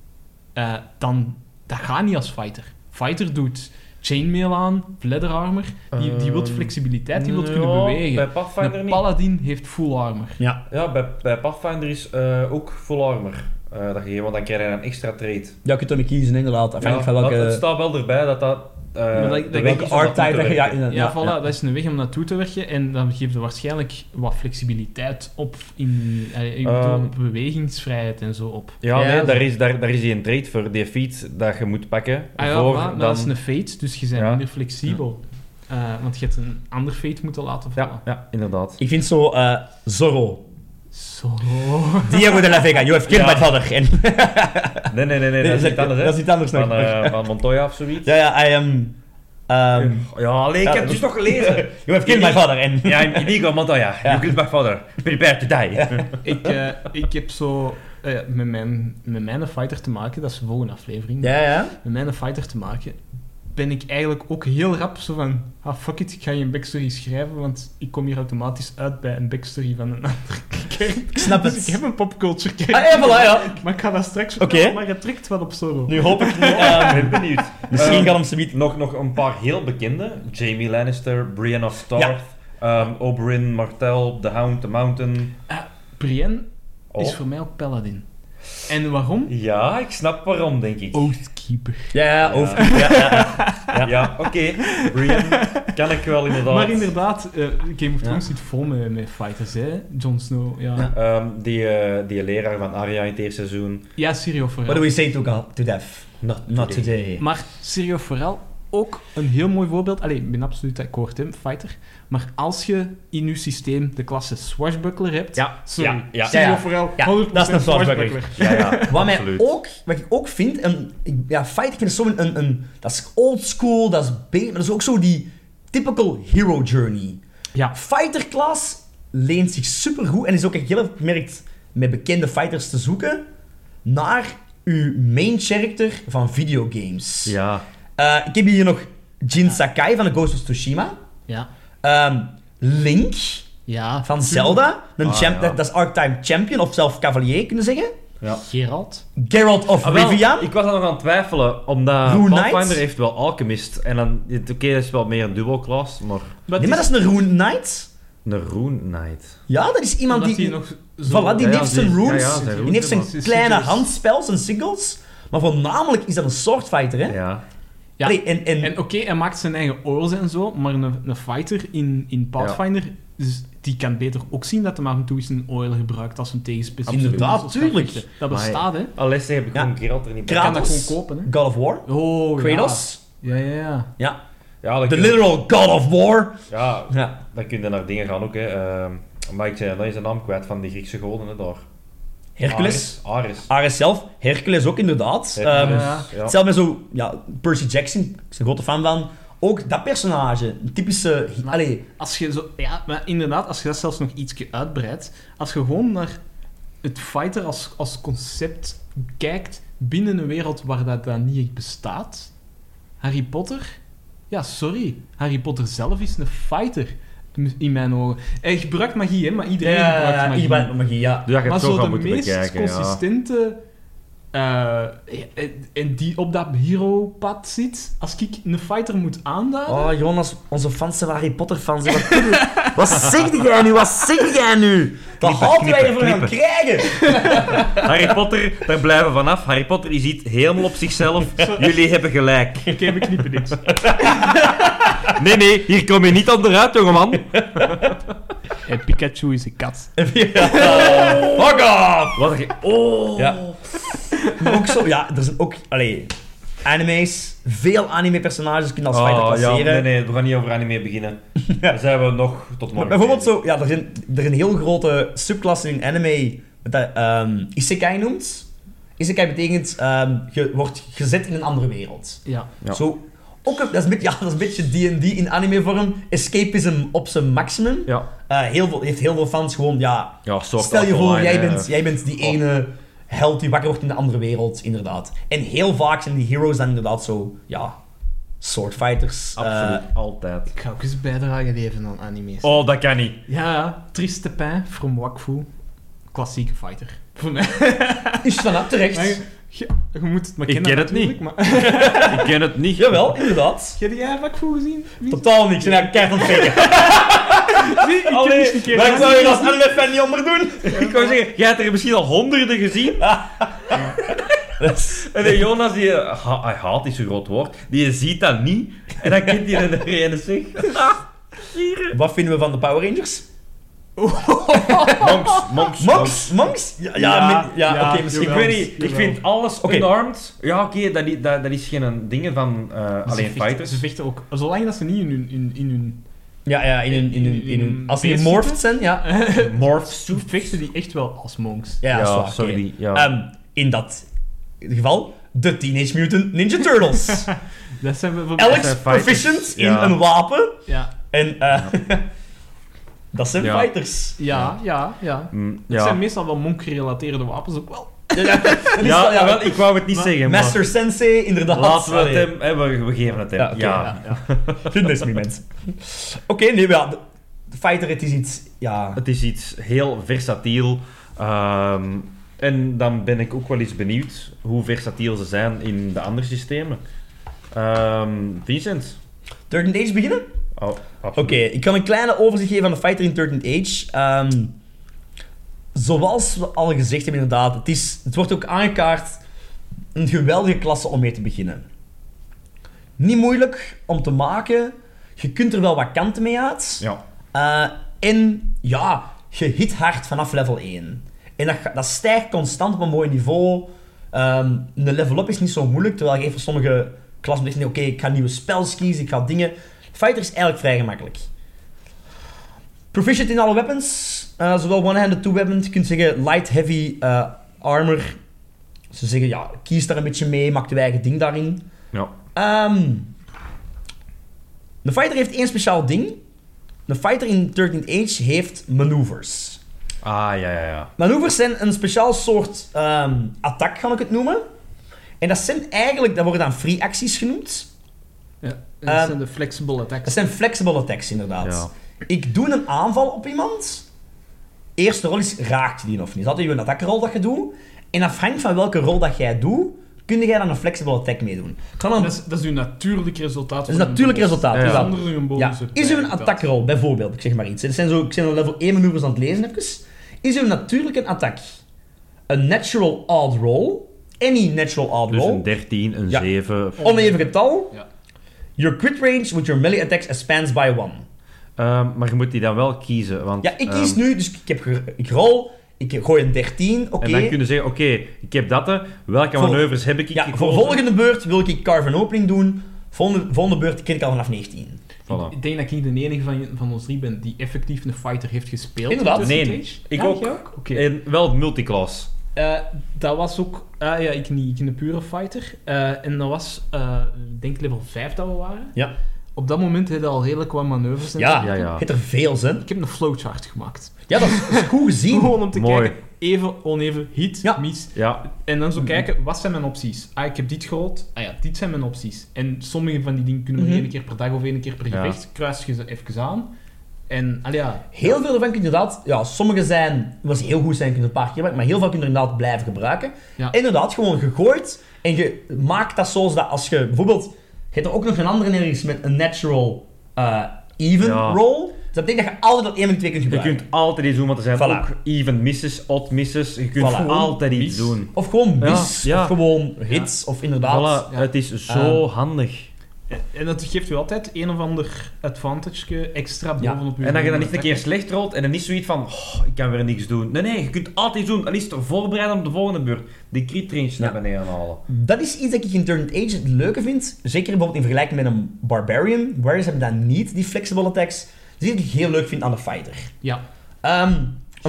eh, dan... Dat gaat niet als fighter. Fighter doet chainmail aan, leather armor, die, die wil Ehm, flexibiliteit, die wil Ja, kunnen bewegen. Bij Pathfinder Een niet. paladin heeft full armor. Ja. Ja, bij, bij Pathfinder is eh, ook full armor. eh, dat je, want dan krijg je een extra trade. Ja, je kunt ermee kiezen, inderdaad. Afhankelijk Ja, van welke... dat- het staat wel erbij dat dat... eh, Maar dat- de dat- weg welke is om naartoe archetype te dat je... Ja, werken. in- Ja, ja, voilà, ja. dat is een weg om naartoe te werken en dan geeft er waarschijnlijk wat flexibiliteit op in eh, ik bedoel, Ehm. bewegingsvrijheid en zo op. Ja, Ja, nee, zo. daar is, daar, daar is die een trade voor, die feat dat je moet pakken. Ah ja, voor voilà, maar dan... dat is een fate, dus je bent Ja. minder flexibel. Eh, want je hebt een ander fate moeten laten vallen. Ja, ja, inderdaad. Ik vind zo... eh, Zorro. Zo. Diego de la Vega. You have killed Ja. my father. En... Nee, nee, nee, nee, dat is iets anders, hè? Dat is iets anders nog. Van, eh, van Montoya of zoiets. Ja, ja, I am... Um, Ja, allee, ik Ja, heb het dus nog gelezen. you have killed my father. En... Ja, Inigo Montoya. Ja. You killed my father. Prepare to die. ik, eh, ik heb zo eh, met, mijn, met mijn fighter te maken, dat is de volgende aflevering. Ja, ja. Met mijn fighter te maken, ben ik eigenlijk ook heel rap zo van, ah fuck it, ik ga je een backstory schrijven, want ik kom hier automatisch uit bij een backstory van een andere kerk. Ik snap Dus het. ik heb een popculture kerk. Ah, ja, voilà, ja. Maar ik ga dat straks Oké. vertellen, maar het trekt wel op Zorro. Nu hoop ik... Ik ehm, ben benieuwd. misschien Ehm, kan hem zoiets... nog, nog een paar heel bekende. Jamie Lannister, Brienne of Tarth, ehm, Oberyn Martell, The Hound, The Mountain. Brienne Oh. is voor mij ook Paladin. En waarom? Ja, ik snap waarom, denk ik. Oathkeeper. Ja, ja, Ja. over... Ja, ja. Ja, ja oké. Brienne kan ik wel inderdaad. Maar inderdaad, eh, Game of Ja. Thrones zit vol met, met fighters, hè. Jon Snow, ja. Ja. Ja, Ehm, die, eh, die leraar van Arya in het eerste seizoen. Sirio What do Forel. we say to, God, to death? Not, Not today. Maar Sirio Forel, ook een heel mooi voorbeeld. Allee, ik ben absoluut akkoord, hè, fighter. Maar als je in je systeem de klasse Swashbuckler hebt... Ja, Sorry, ja, ja. Sirio Ja, ja. Forel, Ja, honderd dat is een procent Swashbuckler. Ja, ja, Wat, mij absoluut. ook, wat ik ook vind, een, ik- ja, fight, ik vind het zo een, een, een... Dat is old school, dat is be- maar dat is ook zo die typical hero journey. Ja. Fighter class leent zich supergoed en is ook echt heel erg gemerkt met bekende fighters te zoeken naar uw main character van videogames. Ja. Eh, ik heb hier nog Jin Sakai van The Ghost of Tsushima. Ja. Ehm, Link Ja. van Zelda. Een Ah, champ- ja. dat, dat is Archetype Champion, of zelf Cavalier kunnen zeggen. Ja. Geralt. Geralt of Ah, wel, Rivia. ik was er nog aan het twijfelen, omdat Rune Pathfinder Knight? heeft wel Alchemist. En dan, oké, dat is wel meer een duo-class, maar Maar Nee, maar dat is een Rune Knight. een Rune Knight. Ja, dat is iemand Omdat die... die nog zo... Voilà, die Ja, ja, heeft zijn die- runes, ja, ja, zijn die runes, heeft zijn maar- kleine Sigils. handspels en sigils. Maar voornamelijk is dat een swordfighter, hè? Ja. Ja. Allee, en, en, En oké, hij maakt zijn eigen oils en zo, maar een, een fighter in, in Pathfinder, dus die kan beter ook zien dat hij af en toe eens een oil gebruikt als een tegenspecifiek. Inderdaad, tuurlijk. Dat Maar- bestaat, hè. Alles heb ik Ja. gewoon Geralt er niet bij. Je kan dat Kratos. gewoon kopen, hè. God of War. Oh, Kratos. Ja, ja, ja. Ja. Ja, dat The kun je- literal God of War. Ja, Ja. dan kun je naar dingen gaan ook, hè. Ehm, maar ik zei, dat is de naam kwijt van die Griekse goden, hè, daar. Hercules. Ares. Ares. Ares zelf. Hercules ook, inderdaad. Hercules, Ehm, ja. ja. Hetzelfde met zo... Ja, Percy Jackson. Ik ben een grote fan van. Ook dat personage. Een typische... Maar- Allee, Als je zo... Ja, maar inderdaad, als je dat zelfs nog ietsje uitbreidt, als je gewoon naar het fighter als, als concept kijkt binnen een wereld waar dat dan niet echt bestaat, Harry Potter... Ja, sorry. Harry Potter zelf is een fighter. In mijn ogen. Hij gebruikt magie, hè, maar iedereen ja, gebruikt ja, magie. iedereen magie, ja. Dus dat je Maar het zo zo gaat de moeten meest bekijken, ja. consistente... eh, en die op dat hero-pad zit, als ik een fighter moet aanduiden... Oh, Jonas, onze fans zijn Harry Potter fans. Wat, doe je? Wat zeg jij nu? Wat zeg jij nu? Dat Knippen, haalt wij knippen, ervoor gaan krijgen. Harry Potter, daar blijven we vanaf. Harry Potter is iets helemaal op zichzelf. Jullie hebben gelijk. Oké, we knippen niks. Nee, nee, hier kom je niet onderuit, jongeman. En Pikachu is een kat. Ja. Fuck off! Wat je... Oh. Ja. Maar ook zo, ja, er zijn ook, allee, anime's, veel anime-personages kunnen als fighter Oh, ja, klasseren. nee, nee, we gaan niet over anime beginnen. Daar zijn we nog tot Maar morgen. bijvoorbeeld bezig. zo, ja, er zijn, er zijn heel grote subklassen in anime, wat dat ehm, Isekai noemt. Isekai betekent, um, je wordt gezet in een andere wereld. Ja. Ja. Zo, ook een, dat, is een beetje, ja, dat is een beetje D en D in anime-vorm. Escapism op zijn maximum. Ja. Uh, heel veel, heeft heel veel fans gewoon, ja... Ja, soort Stel je of voor, online, jij hè. bent, jij bent die Oh. ene held die wakker wordt in de andere wereld, inderdaad. En heel vaak zijn die heroes dan inderdaad zo, ja... Swordfighters. Absoluut, Uh, altijd. Ik ga ook eens bijdrage leveren aan anime's. Oh, dat kan niet. Ja, ja. Triste Pijn from Wakfu. Klassieke fighter. Voor mij. is vanaf terecht. Maar je, je, je moet het maar Ik kennen ken het natuurlijk, Maar... Ik ken het niet. Jawel, inderdaad. Heb jij Wakfu gezien? Wie? Totaal niet. Ik ben eigenlijk keihard aan het faken. Zie, ik Allee, heb eens een keer maar ik gezien. zou je als anime-fan niet onder doen. Ik wou zeggen, jij hebt er misschien al honderden gezien. En de Jonas, die, ha, hij haat is zo'n groot woord, die ziet dat niet. En dan kent hij er ene zeg. Hier. Wat vinden we van de Power Rangers? Monks, monks, Monks? Monks? Ja, ja, Ja, mi- ja, ja, oké, misschien. Ik weet niet, ik Jawel. vind alles Oké. unarmed. Ja, oké, dat, i- dat, dat is geen ding van uh, Ze alleen vechten- fighters. Ze vechten ook. Zolang dat ze niet in hun... In, in hun Ja, ja, in hun... In hun, in hun als die morphed zijn, ja. Morph Zo suit. vechten die echt wel als monks. Ja, dat is waar, sorry. oké. Die, ja. Ehm, in dat geval, de Teenage Mutant Ninja Turtles. Dat zijn we... Alex zijn fighters. proficient in Ja. een wapen. Ja, En eh dat zijn Ja. fighters. ja, ja. ja. Mm, Het ja. zijn meestal wel monk-gerelateerde wapens ook wel. Ja, ja, dat is Ja, wel- ja, wel, ik wou het niet Maar- zeggen, maar Master Sensei, inderdaad. laten we het Allee. hem, hè, we, we geven het hem. Ja, Ja, oké, ja. Goodness me, mensen. Oké, nee, maar ja, de, de fighter, het is iets... Ja... Het is iets heel versatiel. Ehm, en dan ben ik ook wel eens benieuwd hoe versatiel ze zijn in de andere systemen. Ehm, Vincent? dertien Age beginnen? Oh, Oké, absoluut. ik kan een kleine overzicht geven van de fighter in dertien Age. Ehm, zoals we al gezegd hebben, inderdaad, het, is, het wordt ook aangekaart een geweldige klasse om mee te beginnen. Niet moeilijk om te maken. Je kunt er wel wat kanten mee uit. Ja. Uh, en ja, je hit hard vanaf level één. En dat, ga- dat stijgt constant op een mooi niveau. Um, een level-up is niet zo moeilijk, terwijl je even voor sommige klassen denkt, nee, oké, ik ga nieuwe spells kiezen, ik ga dingen... Fighter is eigenlijk vrij gemakkelijk. Proficient in alle weapons, uh, zowel one-handed, two-weapons. Je kunt zeggen light, heavy uh, armor. Ze zeggen, ja, kies daar een beetje mee, maak je eigen ding daarin. Ja. Um, de fighter heeft één speciaal ding. De fighter in dertien Age heeft maneuvers. Ah, ja, ja, ja. Maneuvers zijn een speciaal soort um, attack, ga ik het noemen. En dat zijn eigenlijk, dat worden dan free acties genoemd. Ja, en dat Ehm, zijn de flexible attacks. Dat zijn flexible attacks, inderdaad. Ja. Ik doe een aanval op iemand. Eerste rol is, raakt je die of niet? Dat is een attackrol dat je doet. En afhankelijk van welke rol dat jij doet, kun jij dan een flexible attack meedoen. Ik ga dan... Dat is, dat is uw natuurlijk resultaat. Dat is een natuurlijk resultaat. Ja, ja. dus dat- Zonder een bonus. Ja, erbij is er een betaald. attackrol, bijvoorbeeld, ik zeg maar iets. Dit zijn zo, ik zijn een level één maneuvers aan het lezen even. Is er natuurlijk een attack? Een natural odd roll. Any natural odd Dus roll. een dertien, een Ja. zeven. Oneven getal. Ja. Your crit range with your melee attacks expands by one. Ehm, maar je moet die dan wel kiezen. Want, Ja, ik kies ehm, nu, dus ik, heb ge- ik rol, ik gooi een dertien, oké. En dan kun je zeggen, oké, ik heb dat. hè. Welke Voor- manoeuvres heb ik Ja, gekozen? voor volgende beurt wil ik carve een opening doen. Volgende, volgende beurt klik ik al vanaf negentien. Voilà. Ik denk dat ik niet de enige van, van ons drie ben die effectief een fighter heeft gespeeld. Inderdaad. in Nee, Prestige. ik Ja, ook. jij ook? Oké. En wel het multiclass. Eh, dat was ook... ah ja, ik niet. Ik een pure fighter. Eh, en dat was, eh, ik denk level vijf dat we waren. Ja. Op dat moment had je al redelijk wat manoeuvres. en Ja, zo. Ja, ja. je hebt er veel, hè. Ik heb een flowchart gemaakt. Ja, dat is, dat is goed gezien. Gewoon om te Mooi. kijken, even, oneven, hit, Ja. mis. Ja, En dan zo kijken, wat zijn mijn opties? Ah, ik heb dit groot. Ah ja, dit zijn mijn opties. En sommige van die dingen kunnen we Mhm. één keer per dag of één keer per Ja. gevecht. Kruis je ze even aan. En, allee, ja. Heel veel ervan kun je inderdaad... Ja, sommige zijn... Wat ze heel goed zijn, kun je een paar keer gebruiken. Maar heel veel kun je inderdaad blijven gebruiken. Ja. Inderdaad, gewoon gegooid. En je maakt dat zo dat als je... Bijvoorbeeld... Je hebt er ook nog een andere ergens met een natural uh, even Ja. roll. Dus dat betekent dat je altijd dat één van die twee kunt je gebruiken. kunt altijd iets doen, want er zijn Voilà. ook even misses, odd misses. Je kunt Voilà. altijd iets Mis. doen. Of gewoon Ja, miss, ja. of gewoon hits, of inderdaad... Voilà, ja. het is zo Ehm, handig. En dat geeft u altijd een of ander advantage extra Ja. bovenop uw En dat je dan niet een attack. keer slecht rolt en dan niet zoiets van, oh, ik kan weer niks doen. Nee, nee, je kunt altijd iets doen. Dan is het voorbereiden op de volgende beurt. Die crit range naar Ja. beneden halen. Dat is iets dat ik in Turn Age het leuke vind. Zeker bijvoorbeeld in vergelijking met een Barbarian. Warriors hebben dan niet, die flexible attacks. Dat is iets dat ik heel leuk vind aan de fighter. Ja. Ehm, een-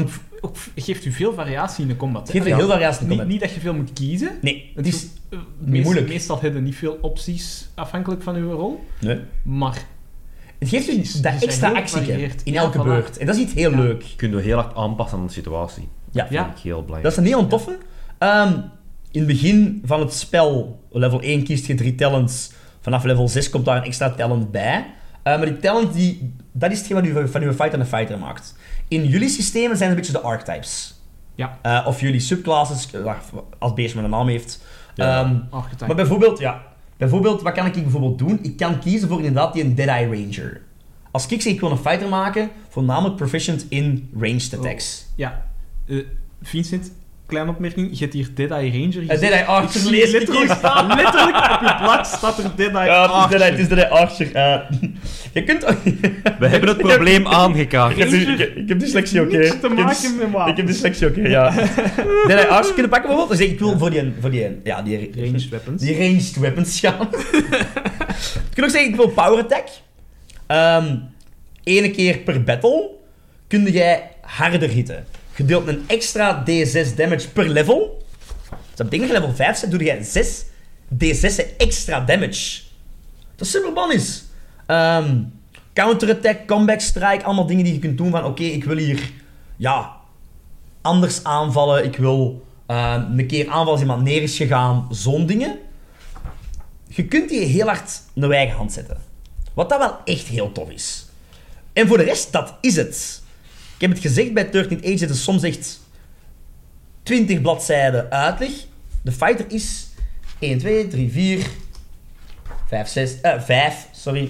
ook, geeft u veel variatie in de combat. Het geeft hè? je heel variatie in de Niet, combat. niet dat je veel moet kiezen. Nee, het Het is... uh, niet meest- moeilijk. Meestal heb je niet veel opties afhankelijk van uw rol. Nee. Maar Het geeft Die je zijn dat extra heel actie gevarieerd. in Ja, elke voilà. beurt. En dat is iets heel Ja. leuk. Kunnen we heel hard aanpassen aan de situatie. Ja. Ja. Vind ik heel belangrijk. Dat is een heel toffe. Ehm, in het begin van het spel, level één kiest je drie talents. Vanaf level zes komt daar een extra talent bij. Eh, maar die talent, die, dat is hetgeen wat u van uw fighter een fighter maakt. In jullie systemen zijn het een beetje de archetypes. Ja. Eh, of jullie subclasses, eh, als beest met een naam heeft. Ja. Ehm, archetype. maar bijvoorbeeld, ja. Bijvoorbeeld, wat kan ik bijvoorbeeld doen? Ik kan kiezen voor inderdaad die een Deadeye Ranger. Als ik zeg, ik wil een fighter maken, voornamelijk proficient in ranged attacks. Ja. Uh, Vincent, kleine opmerking. Je hebt hier Deadeye Ranger Uh, gezegd. Deadeye Archer, Ik zie lees ik letterlijk, hier staan. letterlijk op je blad staat er Deadeye Ja, het is Archer. Deadeye, het is Deadeye Archer. Eh, je kunt... We hebben het probleem aangekaart. ik, heb, ik, heb, ik heb dyslexie, oké. Niks te Ik heb maken dys- met wapens. Ik heb dyslexie, oké, ja. Deadeye Archer kunnen pakken bijvoorbeeld. Dan zeg ik, ik wil voor die, voor die, ja, die, Ranged weapons. die ranged weapons gaan. Je kunt ook zeggen, ik wil power attack. Ehm Ene keer per battle kun jij harder hitten. Je deelt een extra D zes damage per level. Dus dat betekent dat je level vijf zet, doe jij zes D zes extra damage. Dat is super bonus. Ehm Counter-attack, comeback strike, allemaal dingen die je kunt doen van oké, ik wil hier ja, anders aanvallen. Ik wil eh, een keer aanvallen als iemand neer is gegaan. Zo'n dingen. Je kunt die heel hard naar je eigen hand zetten. Wat dat wel echt heel tof is. En voor de rest, dat is het. Ik heb het gezegd bij dertien Age, het is soms echt twintig bladzijden uitleg. De fighter is één, twee, drie, vier, vijf, zes, eh, vijf, sorry,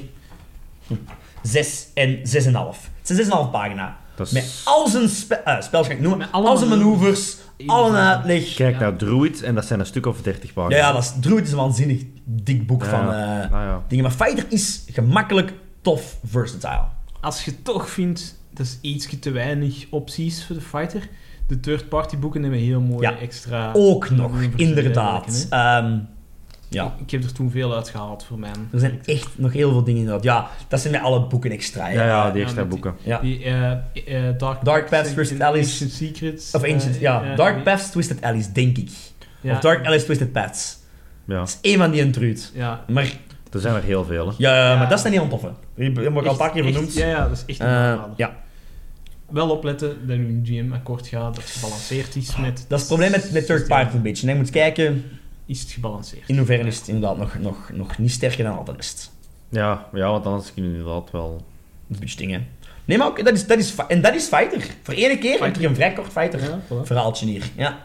zes en zes komma vijf. Het is zes komma vijf pagina. Dat is- Met al zijn spe uh, spels, ga ik noemen, Met alle al zijn manoeuvres. manoeuvres, al een uitleg. Kijk Ja. naar Druid en dat zijn een stuk of dertig Ja, pagina's. ja, dat is, Druid is een waanzinnig dik boek Ja. van eh, Ah, ja. dingen. Maar fighter is gemakkelijk, tof, versatile. Als je toch vindt, dat is ietsje te weinig opties voor de fighter. De third-party boeken hebben heel mooie Ja. extra... Ook nog, manoeuvres en inderdaad. dergelijke, hè. Ehm, ja. Ik heb er toen veel uitgehaald voor mijn... Er zijn echt nog heel veel dingen inderdaad. Ja, dat zijn met alle boeken extra. Ja, ja, die Ja, extra met die- boeken. Ja. Die, eh, eh, Dark, Dark Paths, en- Twisted en Alleys. Ancient Secrets. Of Ancient, eh, ja. eh, Dark die- Paths, Twisted Alleys, denk ik. ja, Of Dark Alleys, Twisted Paths. Ja, Dat is één van die een truut. Ja. Maar, er zijn er heel veel. Hè. ja, Ja. maar dat is een heel toffe. Die heb ik al een paar keer Echt- vernoemd. Ja, ja, dat is echt een Eh, aanrader. ja. Wel opletten dat uw G M akkoord gaat, dat het gebalanceerd is met... Dat is het probleem met, met third party een beetje. Je moet kijken, Is het gebalanceerd. in hoeverre is het inderdaad nog, nog, nog niet sterker dan al de rest. Ja, ja, want anders kun je inderdaad wel... Dat is een beetje dingen. Nee, maar oké, dat is, dat is, fi- en dat is fighter. Voor één keer heb Fighter. je een vrij kort fighter Ja, voilà. verhaaltje hier. Ja.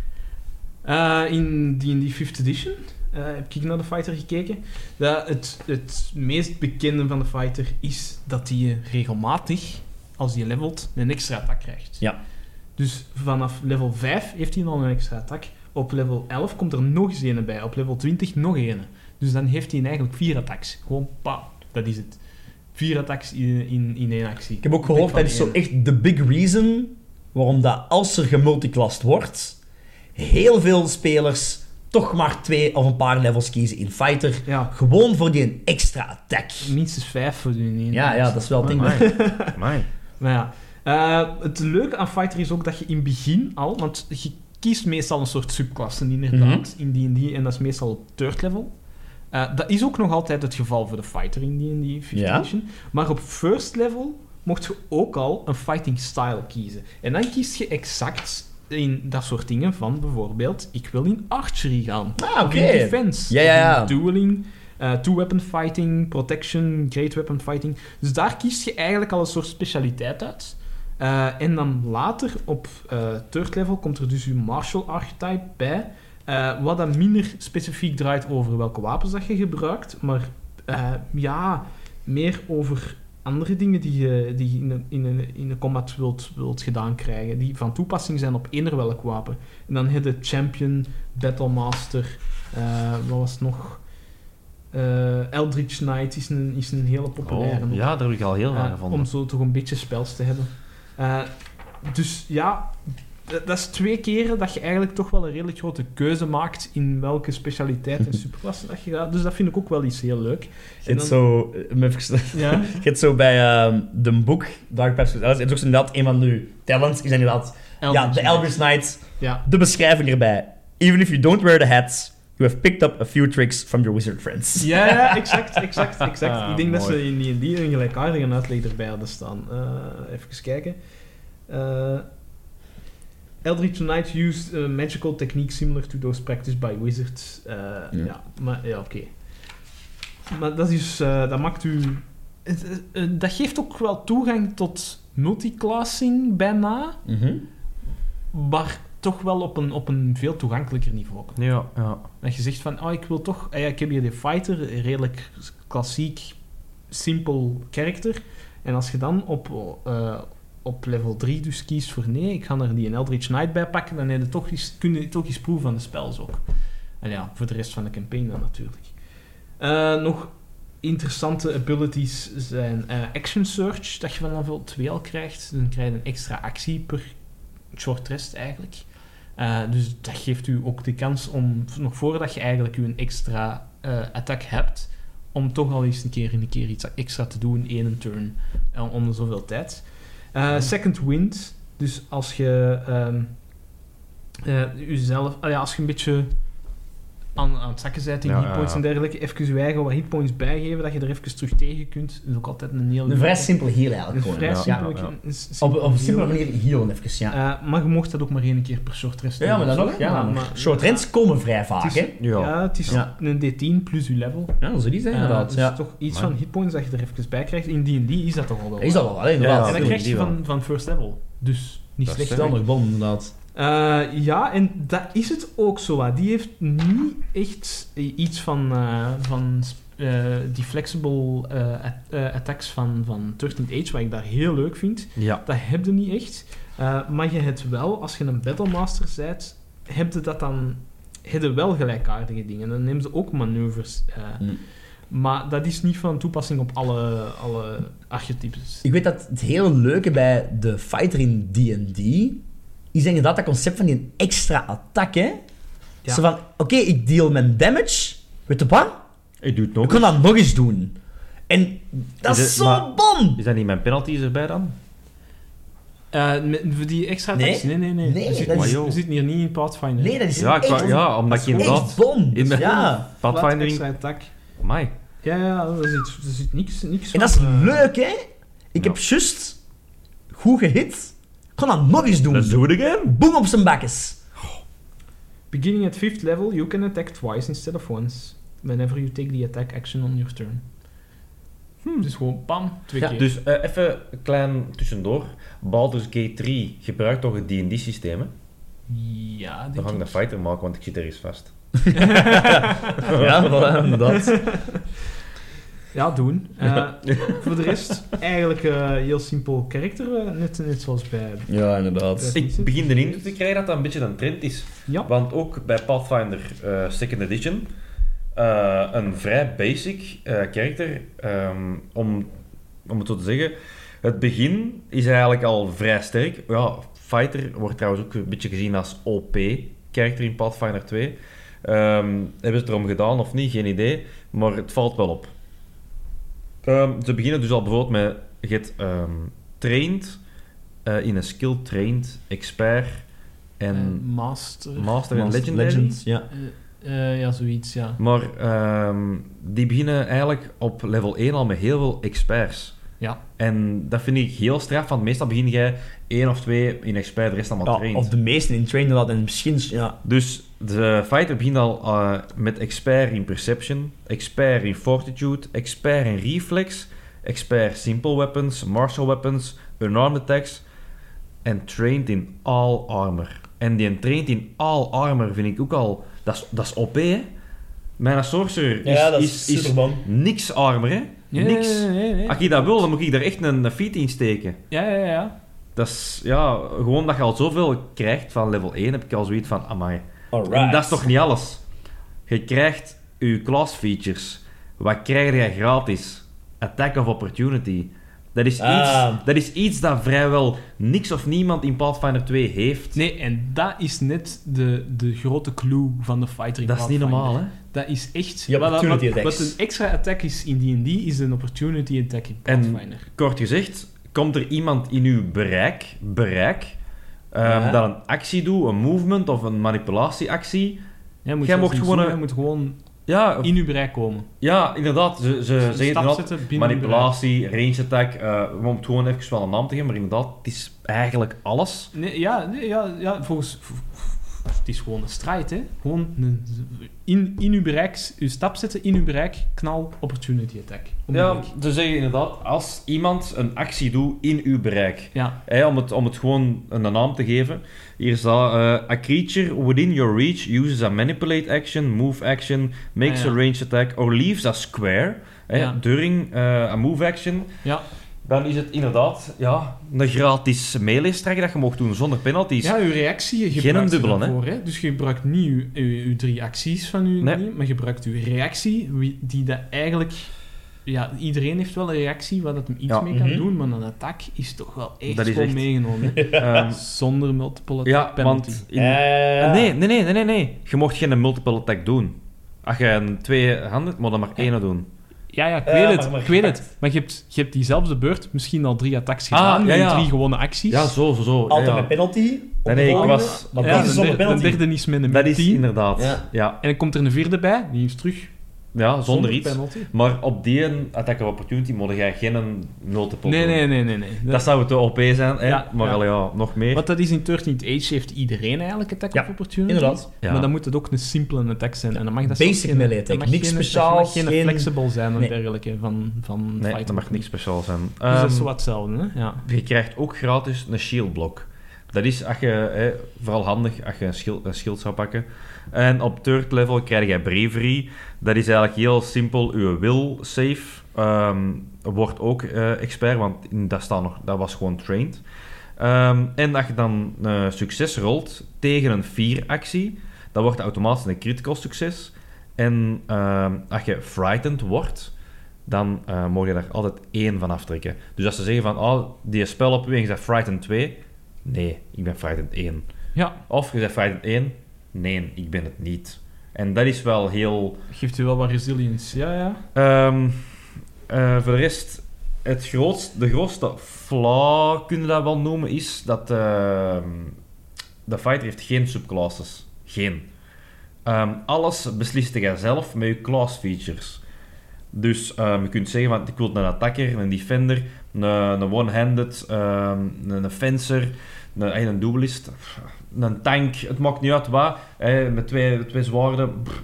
Eh, in D and D fifth edition eh, heb ik naar de fighter gekeken. Dat het, het meest bekende van de fighter is dat hij regelmatig, als hij levelt, een extra attack krijgt. Ja. Dus vanaf level vijf heeft hij al een extra attack. Op level elf komt er nog eens een bij. Op level twintig nog een. Dus dan heeft hij eigenlijk vier attacks. Gewoon pa, dat is het. Vier attacks in, in, in één actie. Ik heb ook gehoord, dat is zo echt de big reason waarom dat als er gemulticlast wordt, heel veel spelers toch maar twee of een paar levels kiezen in fighter. Ja, Gewoon voor die een extra attack. minstens vijf voor die in één. Ja, ja, dat is wel het ding. Amai. Amai. Maar ja, eh, het leuke aan Fighter is ook dat je in het begin al, want je kiest meestal een soort subklassen inderdaad in D and D en dat is meestal op third level. Eh, dat is ook nog altijd het geval voor de Fighter in D and D fifth Ja. edition. Maar op first level mocht je ook al een fighting style kiezen. En dan kies je exact in dat soort dingen van bijvoorbeeld, ik wil in archery gaan. Ah, Of in oké. defense. Ja, ja, ja. Of in dueling. Uh, two-weapon fighting, protection, great weapon fighting. Dus daar kies je eigenlijk al een soort specialiteit uit. Uh, en dan later, op uh, third level, komt er dus je martial archetype bij. Uh, wat dan minder specifiek draait over welke wapens dat je gebruikt. Maar uh, ja, meer over andere dingen die je, die je in, de, in, de, in de combat wilt, wilt gedaan krijgen. Die van toepassing zijn op eender welk wapen. En dan heb je champion, battlemaster, uh, wat was het nog... Uh, Eldritch Knight is een, is een hele populaire. Oh, ja, daar heb ik al heel Uh, van gevonden. om zo toch een beetje spels te hebben. Uh, dus ja, d- dat is twee keren dat je eigenlijk toch wel een redelijk grote keuze maakt in welke specialiteit en subklasse dat je gaat. Dus dat vind ik ook wel iets heel leuk. Je hebt zo, eh, om even- Ja, je hebt zo bij ehm, de boek Dark Paths, dat is ook zo inderdaad een van de talents, is inderdaad Ja, de Eldritch Knight. Ja. De beschrijving erbij. Even if you don't wear the hats, you have picked up a few tricks from your wizard friends. Ja, ja, exact, exact, exact. Ah, ik denk dat mooi. ze in die, in die een gelijkaardige uitleg erbij hadden staan. Uh, even kijken. Uh, Eldritch Knight used a magical technique similar to those practiced by wizards. Uh, ja. ja, maar ja, oké. Okay. Maar dat is, uh, dat maakt u... Het, uh, dat geeft ook wel toegang tot multiclassing bijna, Mm-hmm. maar toch wel op een, op een veel toegankelijker niveau. Ja, ja. Dat je zegt van, oh, ik wil toch... ah ja, ik heb hier de fighter, een redelijk klassiek, simpel karakter. En als je dan op, uh, op level drie dus kiest voor nee, ik ga er die een Eldritch Knight bij pakken, dan heb je toch eens, kun je toch eens proeven van de spels ook. En ja, voor de rest van de campaign dan natuurlijk. Uh, nog interessante abilities zijn uh, Action Search, dat je van level twee al krijgt. Dan krijg je een extra actie per short rest eigenlijk. Uh, dus dat geeft u ook de kans om, nog voordat je eigenlijk een extra uh, attack hebt, om toch al eens een keer een keer iets extra te doen, één turn, uh, om de zoveel tijd. Uh, second Wind, dus als je um, uh, jezelf, uh, ja, als je een beetje aan, aan het zakken bent in Ja, hitpoints ja, ja. en dergelijke, even je eigen wat hitpoints bijgeven, dat je er even terug tegen kunt. Dat is ook altijd een heel... Een vrij simpel heal eigenlijk een gewoon. vrij ja. simpele, Ja, ja. een s- Op, simpele op een simpele heal. manier healen even, ja. Uh, maar je mocht dat ook maar één keer per short rest doen. ja, maar dan Zo, nog. Ja, maar- maar maar- short rents komen vrij vaak, Het is- hè. Ja. Ja, het is Ja. een D tien plus uw level. Ja, dat zou die zijn, Uh, inderdaad. dus Ja. toch iets Maar- van hitpoints dat je er even bij krijgt. In D en D is dat toch al wel. Is dat wel, hè, inderdaad. Ja, En dat die- krijg je die wel. van, van first level. Dus niet Dat is slecht. Dat is dan nog bom, inderdaad. Uh, ja, en dat is het ook zo wat. Die heeft niet echt iets van, uh, van uh, die flexible uh, at- uh, attacks van, van thirteenth Age, wat ik daar heel leuk vind. Ja. Dat heb je niet echt. Uh, maar je hebt wel, als je een Battlemaster bent, heb je dat dan... Heb je wel gelijkaardige dingen. Dan nemen ze ook manoeuvres. Uh, Hm. Maar dat is niet van toepassing op alle, alle archetypes. Ik weet dat het hele leuke bij de fighter in D en D is inderdaad dat concept van die extra attack, hè. Ja. Zo van, oké, ik deal mijn damage, weet je wat? Ik doe het Ik nog. kan dat nog eens doen. En dat Is is, het- zo maar- bom! Is dat niet mijn penalties erbij dan? Uh, met, voor die extra Nee. attacks? Nee, nee, nee. Nee, we, zitten, dat is- we zitten hier niet in Pathfinder. Nee, dat is Ja, ik echt, wou- ja, omdat je dat is inderdaad... echt bom. In mijn- Ja. Pathfinder... extra attack. Amai. Ja, ja, er zit, er zit niks, niks En dat is van, uh, leuk, hè. Ik Ja. heb juist goed gehit. Ik kan dat nog eens doen. Let's do it again. Boom op zijn bakkes. Beginning at fifth level, you can attack twice instead of once. Whenever you take the attack action on your turn. Hmm. Dus gewoon bam, twee Ja, keer. Dus eh, even een klein tussendoor. Baldur's Gate drie gebruikt toch het D en D-systeem, hè? ja, Dan denk ga ik ik. een fighter maken, want ik zit er eens vast. Ja, voilà, inderdaad. Ja, doen. Uh, voor de rest, eigenlijk uh, heel simpel karakter, uh, net, net zoals bij... Ja, inderdaad. Ja. Ik begin de indruk te krijgen dat dat een beetje een trend is. Ja, Want ook bij Pathfinder eh, second Edition, eh, een vrij basic eh karakter, ehm, om, om het zo te zeggen. Het begin is eigenlijk al vrij sterk. Ja, Fighter wordt trouwens ook een beetje gezien als O P-karakter in Pathfinder twee. Ehm, hebben ze het erom gedaan of niet? Geen idee. Maar het valt wel op. Ehm, ze beginnen dus al bijvoorbeeld met... Je hebt ehm, trained, eh, in een skill trained, expert en en master... master en Master legendary. Legend, ja. Uh, uh, ja, zoiets, ja. Maar ehm, die beginnen eigenlijk op level één al met heel veel experts. Ja. En dat vind ik heel straf, want meestal begin jij één of twee in expert, de rest allemaal Ja, trained. of de meesten in train inderdaad. En misschien, ja. Dus de fighter begint al uh, met expert in perception, expert in fortitude, expert in reflex, expert simple weapons, martial weapons, unarmed attacks en trained in all armor. En die trained in all armor vind ik ook al... Dat is, dat is O P, hè? Mijn sorcerer is, Ja, dat is, is is superbom. niks armor, hè? Nee, Niks. nee, nee, nee. Als je dat wil, dan moet ik er echt een, een feat in steken. Ja, ja, ja. Dat is, ja, gewoon dat je al zoveel krijgt van level één, heb ik al zoiets van, amai. Alright. En dat is toch niet alles. Je krijgt je class features. Wat krijg je gratis? Attack of Opportunity. Dat is, Ah. iets, dat is iets dat vrijwel niks of niemand in Pathfinder twee heeft. Nee, en dat is net de, de grote clue van de fighter in Dat is niet Pathfinder. normaal, hè? Dat is echt... Die wat, wat, opportunity wat attacks. een extra attack is in D en D, is een opportunity attack in En- Pathfinder. Kort gezegd, komt er iemand in uw bereik, bereik um, Ja. dat een actie doet, een movement of een manipulatieactie. Jij moet, Jij zelfs mocht niet gewoon zo, een- jij moet gewoon Ja, in uw bereik komen. ja inderdaad. Ze, ze zeggen Stap inderdaad zetten binnen uw bereik. manipulatie, range attack. Uh, we moeten gewoon even wel een naam te geven, maar inderdaad, het is eigenlijk alles. Nee, ja, nee, ja, ja, volgens... v- v- Het is gewoon een strijd, hè. Gewoon een, in, in uw bereik, uw stap zetten, in uw bereik, knal, opportunity attack. Ja, Onmiddellijk. ze zeggen inderdaad, als iemand een actie doet in uw bereik. Ja, Hè, om, het, om het gewoon een naam te geven. Hier staat: uh, a creature within your reach uses a manipulate action, move action, makes Ah, ja. a range attack, or leaves a square hè, Ja. during uh, a move action. ja. Dan is het inderdaad ja, een gratis melee-strike dat je mag doen zonder penalties. ja, uw reactie je Geen gebruikt dubbele, je daarvoor, hè. Dus je gebruikt niet uw, uw, uw drie acties van uw Nee. ding, maar je gebruikt uw reactie, wie- die dat eigenlijk... Ja, iedereen heeft wel een reactie waar dat hem iets Ja. mee kan Mhm. doen, maar een attack is toch wel echt Dat is gewoon echt- meegenomen. Hè. Ehm, Zonder multiple attack ja, penalty. want... In, Ja. Nee, nee, nee, nee, nee, nee. Je mocht geen multiple attack doen. Als je een twee handen, moet dan maar één doen. Ja, ja, ik Ja, weet maar- het. maar ik weet gepakt. het. Maar je hebt, je hebt diezelfde beurt misschien al drie attacks Ah, gedaan, ja, met ja. drie gewone acties. Ja, zo, zo, zo. Altijd ja, ja. met penalty. op Nee, de nee, ik volgende, was- Maar Ja, deze de, zonder der- de penalty. derde is met een Dat is tien. inderdaad. Ja. Ja, En dan komt er een vierde bij, die is terug ja zonder iets. penalty. Maar op die attack of opportunity moet jij geen multiple Nee, doen. nee, nee, nee. nee. Dat zou te O P zijn, hè? Ja, maar ja. allee, ja, nog meer. Want dat is in dertienth Age heeft iedereen eigenlijk attack Ja, of opportunity. inderdaad. Ja. Maar dan moet het ook een simpele attack zijn. En dan mag dat Basic zelfs geen- melee dat attack. mag Niks geen- speciaals, Dat mag geen geen- flexible zijn en Nee. dergelijke van, van Nee, Fight dat mag of niks speciaal zijn. Dus dat is Ehm, zo wat hetzelfde, hè? Ja. Je krijgt ook gratis een shield block. Dat is als je, hè, vooral handig als je een schild, een schild zou pakken. En op third level krijg je bravery. Dat is eigenlijk heel simpel. Uw will save ehm, wordt ook eh, expert, want in, dat, staat nog, dat was gewoon trained. Ehm, en als je dan eh, succes rolt tegen een vier actie, dan wordt het automatisch een critical succes. En ehm, als je frightened wordt, dan uh, mag je daar altijd één van aftrekken. Dus als ze zeggen van, oh, die spel op u en je zegt frightened twee, nee, ik ben frightened één. Ja, Of je zegt frightened één, nee, ik ben het niet. En dat is wel heel... geeft u wel wat resilience. Ja, ja. Ehm, eh, voor de rest, het grootst, de grootste flaw, kunnen we dat wel noemen, is dat ehm, de fighter heeft geen subclasses. Geen. Ehm, alles beslist jij zelf met je class features. Dus ehm, je kunt zeggen, van, ik wil een attacker, een defender, een, een one-handed, ehm, een, een fencer, een, een duelist, een tank, het maakt niet uit wat, hè, met twee, twee zwaarden. Pff,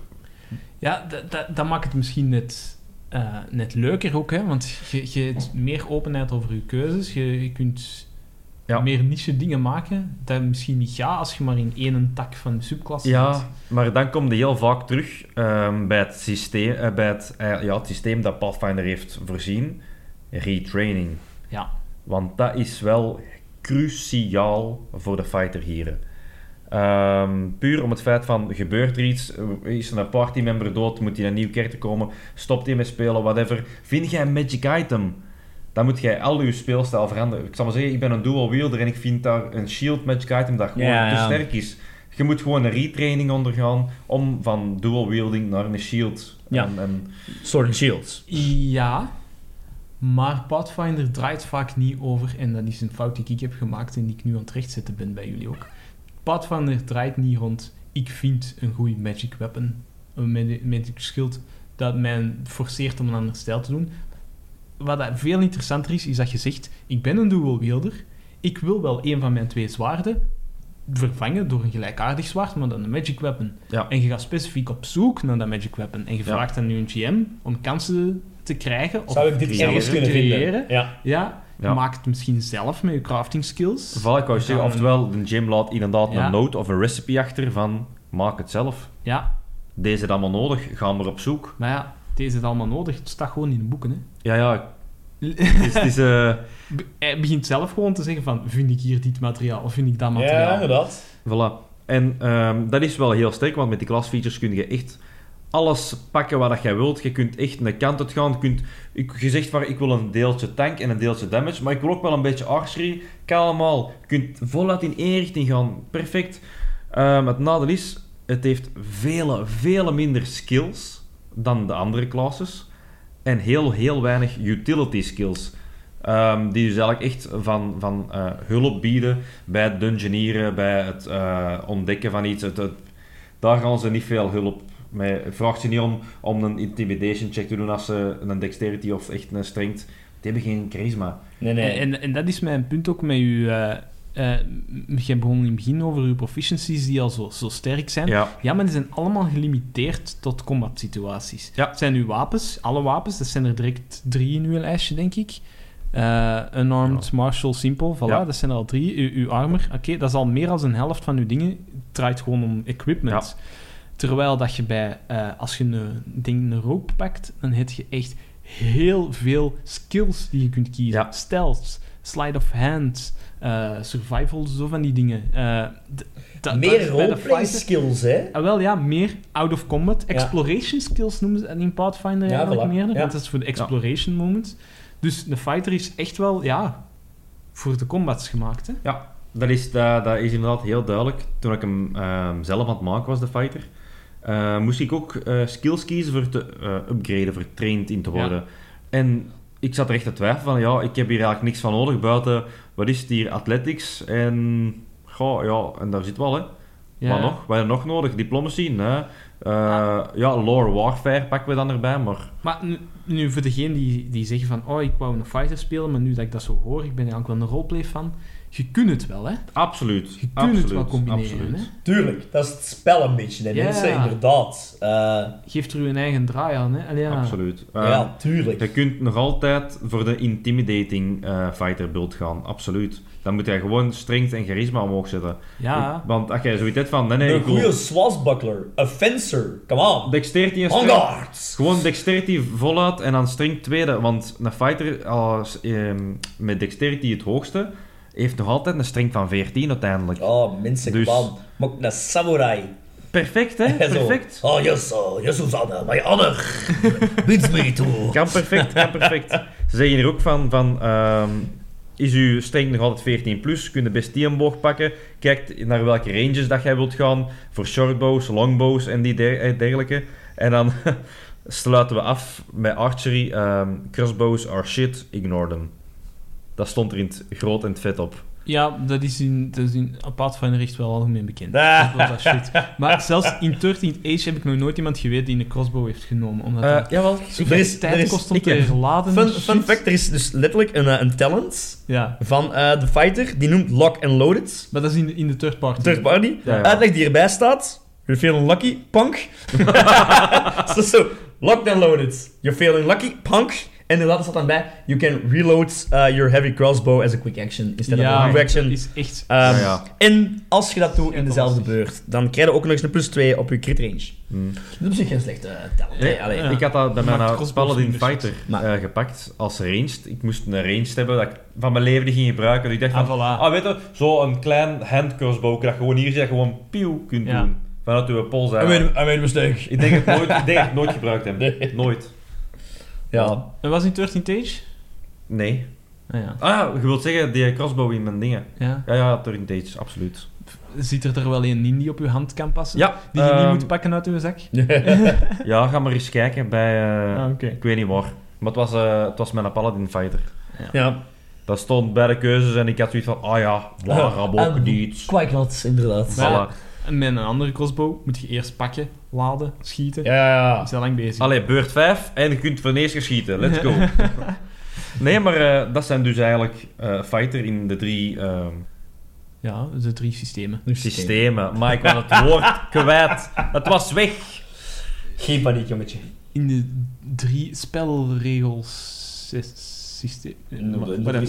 Ja, dat, dat, dat maakt het misschien net, eh, net leuker ook, hè? Want je, je hebt meer openheid over je keuzes. Je, je kunt Ja. meer niche dingen maken dat misschien niet gaat als je maar in één tak van de subklasse Ja, zit. maar dan kom je heel vaak terug ehm, bij, het systeem, eh, bij het, eh, ja, het systeem dat Pathfinder heeft voorzien, retraining. Ja. Want dat is wel cruciaal voor de fighter hier. Ehm, puur om het feit van, gebeurt er iets, is er een partymember dood, moet hij een nieuw character komen, stopt hij met spelen, whatever. Vind jij een magic item, dan moet jij al je speelstijl veranderen. Ik zal maar zeggen, ik ben een dual wielder en ik vind daar een shield magic item dat gewoon Ja, te ja. sterk is. Je moet gewoon een retraining ondergaan om van dual wielding naar een shield. Ja. En, en, Sword and Shields. Ja, maar Pathfinder draait vaak niet over, en dat is een fout die ik heb gemaakt en die ik nu aan het rechtzetten ben bij jullie ook. Pathfinder draait niet rond, ik vind een goede magic weapon, een magi- magic schild, dat mij forceert om een ander stijl te doen. Wat dat veel interessanter is, is dat je zegt, ik ben een dual wielder, ik wil wel een van mijn twee zwaarden vervangen door een gelijkaardig zwaard, maar dan een magic weapon. ja. En je gaat specifiek op zoek naar dat magic weapon. En je Ja. vraagt aan je G M om kansen te krijgen. Of Zou ik dit creëren. ergens kunnen creëren. vinden? Ja. Ja, Ja. maak het misschien zelf met je crafting skills. Val ik wou zeggen, Dan- oftewel, de gym laat inderdaad Ja. een note of een recipe achter van, maak het zelf. Ja, Deze is allemaal nodig, ga maar op zoek. maar ja, deze is allemaal nodig. Het staat gewoon in de boeken. Hè. Ja, ja, het is... Het is eh, Be- Hij begint zelf gewoon te zeggen van, vind ik hier dit materiaal of vind ik dat Ja, materiaal. inderdaad. Voilà. En ehm, dat is wel heel sterk, want met die class features kun je echt alles pakken wat jij wilt. Je kunt echt een kant uit gaan. Je, kunt, ik- je zegt van, ik wil een deeltje tank en een deeltje damage, maar ik wil ook wel een beetje archery. Kan allemaal. Je kunt voluit in één richting gaan. Perfect. Ehm, het nadeel is, het heeft vele, vele minder skills dan de andere classes. En heel, heel weinig utility skills. Um, die dus eigenlijk echt van, van uh, hulp bieden bij het dungeonieren, bij het uh, ontdekken van iets. Het, het, daar gaan ze niet veel hulp mee. Vraagt ze niet om, om een intimidation check te doen als ze een dexterity of echt een strength. Die hebben geen charisma. Nee, nee. En, en dat is mijn punt ook met u. Uh, uh, je begon in het begin over uw proficiencies die al zo, zo sterk zijn. Ja. Ja, maar die zijn allemaal gelimiteerd tot combat situaties. Ja. Het zijn uw wapens, alle wapens, dat zijn er direct drie in uw lijstje, denk ik. Uh, unarmed, ja. martial, simple, voilà, Ja. dat zijn er al drie. U, uw armor, oké, okay, dat is al meer dan een helft van uw dingen. Het draait gewoon om equipment. Ja. Terwijl dat je bij, uh, als je een ding een rope pakt, dan heb je echt heel veel skills die je kunt kiezen. Ja. Stealth, sleight of hand, uh, survival, zo van die dingen. Uh, d- d- dat Meer is bij de roleplay fighter- skills, hè? Ah, wel ja, meer out of combat. Ja. Exploration skills noemen ze het in Pathfinder Ja, eigenlijk voilà. meer. Ja. Want dat is voor de exploration moment. Dus de fighter is echt wel, ja, voor de combats gemaakt. Hè? Ja, dat is, dat, dat is inderdaad heel duidelijk. Toen ik hem uh, zelf aan het maken was, de fighter, uh, moest ik ook uh, skills kiezen voor te uh, upgraden, voor trained in te worden. Ja. En ik zat er echt te twijfelen van, ja, ik heb hier eigenlijk niks van nodig buiten, wat is het hier, athletics en... Goh, ja, en daar zit wel, hè. Ja. Wat nog? Wat hebben we nog nodig? Diplomacy? Nee. Uh, ja, lore warfare pakken we dan erbij, maar... Maar nu, nu voor degenen die, die zeggen van, oh, ik wou een fighter spelen, maar nu dat ik dat zo hoor, ik ben eigenlijk wel een roleplay fan. Je kunt het wel, hè? Absoluut. Je kunt absoluut, het wel combineren, absoluut. hè? Tuurlijk, dat is het spel een beetje, hè, Ja. mensen, inderdaad. Uh, Geeft er uw eigen draai aan, hè? Allee, ja. Absoluut. Uh, ja, tuurlijk. Je kunt nog altijd voor de intimidating uh, fighter build gaan, absoluut. Dan moet je gewoon strength en charisma omhoog zetten. Ja. Ik, want als jij zoiets hebt van... Nee, nee, Een ik wil goede swashbuckler, een fencer, come on. dexterity en On strength. guard. Gewoon dexterity voluit en dan strength tweede. Want een fighter als, eh, met dexterity het hoogste heeft nog altijd een strength van veertien uiteindelijk. Oh, mensen, Dus- come on. Maar ook een samurai. Perfect, hè? Zo. Perfect. Oh, yes, oh, yes, Susanna, my honor. Bids me toe. Kan perfect, kan perfect. Ze zeggen hier ook van... van ehm, is uw strength nog altijd veertien plus? Kun je best die een boog pakken. Kijk naar welke ranges dat jij wilt gaan. Voor shortbows, longbows en die der- dergelijke. En dan sluiten we af met archery. Um, crossbows are shit, ignore them. Dat stond er in het groot en het vet op. Ja, dat is in, dat is in Pathfinder echt wel algemeen bekend. Ah. Dat was dat shit. Maar zelfs in dertiende Age heb ik nog nooit iemand geweten die een crossbow heeft genomen. Omdat Uh, dat jawel. zoveel er is- tijd er is- kost om ik te heb- herladen. Fun, shit. fun fact, er is dus letterlijk een, uh, een talent Ja, van uh, de fighter, die noemt Lock and Loaded. maar dat is in de, in de third party. Third party. Ja, ja. Uitleg die erbij staat. You're feeling lucky, punk. zo, zo. Locked and loaded. You're feeling lucky, punk. En inderdaad staat dan bij, you can reload uh, your heavy crossbow as a quick action instead of a Ja, move dat action. is echt... Um, Ja, ja. En als je dat doet in Ja, dezelfde lastig. beurt, dan krijg je ook nog eens een plus twee op je crit range. Hmm. Dat is op zich geen slechte uh, talent. Nee, hè. Allee. ja. Ik had dat bij Maakt mijn crossbows Paladin minder Fighter Maar- uh, gepakt als ranged. Ik moest een ranged hebben dat ik van mijn leven niet ging gebruiken. Dus ik dacht van, Ah, voilà. ah, weet je, zo'n klein hand crossbow dat gewoon hier zit, gewoon pieuw kunt Ja. doen. Vanuit uw pols I uit. made, I made a mistake. Ik denk het nooit, ik denk het nooit gebruikt heb. Nee. Nooit. Ja. En was in dertiende Age? Nee. Ah ja. Ah, je wilt zeggen, die crossbow in mijn dingen. ja. Ja, ja, Turning Dates, absoluut. Ziet er er wel een in die op je hand kan passen? Ja, Die je niet ehm, moet pakken uit je zak? ja, ga maar eens kijken bij... eh, Ah, oké. Ik weet niet waar. Maar het was, uh, het was mijn Paladin Fighter. ja. Dat stond bij de keuzes en ik had zoiets van, ah ja, bla, En niet. Quacknot, inderdaad. Maar ja, Voilà. en met een andere crossbow moet je eerst pakken, laden, schieten. Ja, ja, ja. Dat is al lang bezig. Allee, beurt vijf en je kunt van eerst schieten. Let's go. Nee, maar uh, dat zijn dus eigenlijk uh, fighter in de drie uh, Ja, de drie systemen. systemen. Maar ik was het woord kwijt. Het was weg. Geen paniek, jongetje. In de drie spelregels systeem. In de- Wat- in wat de- is-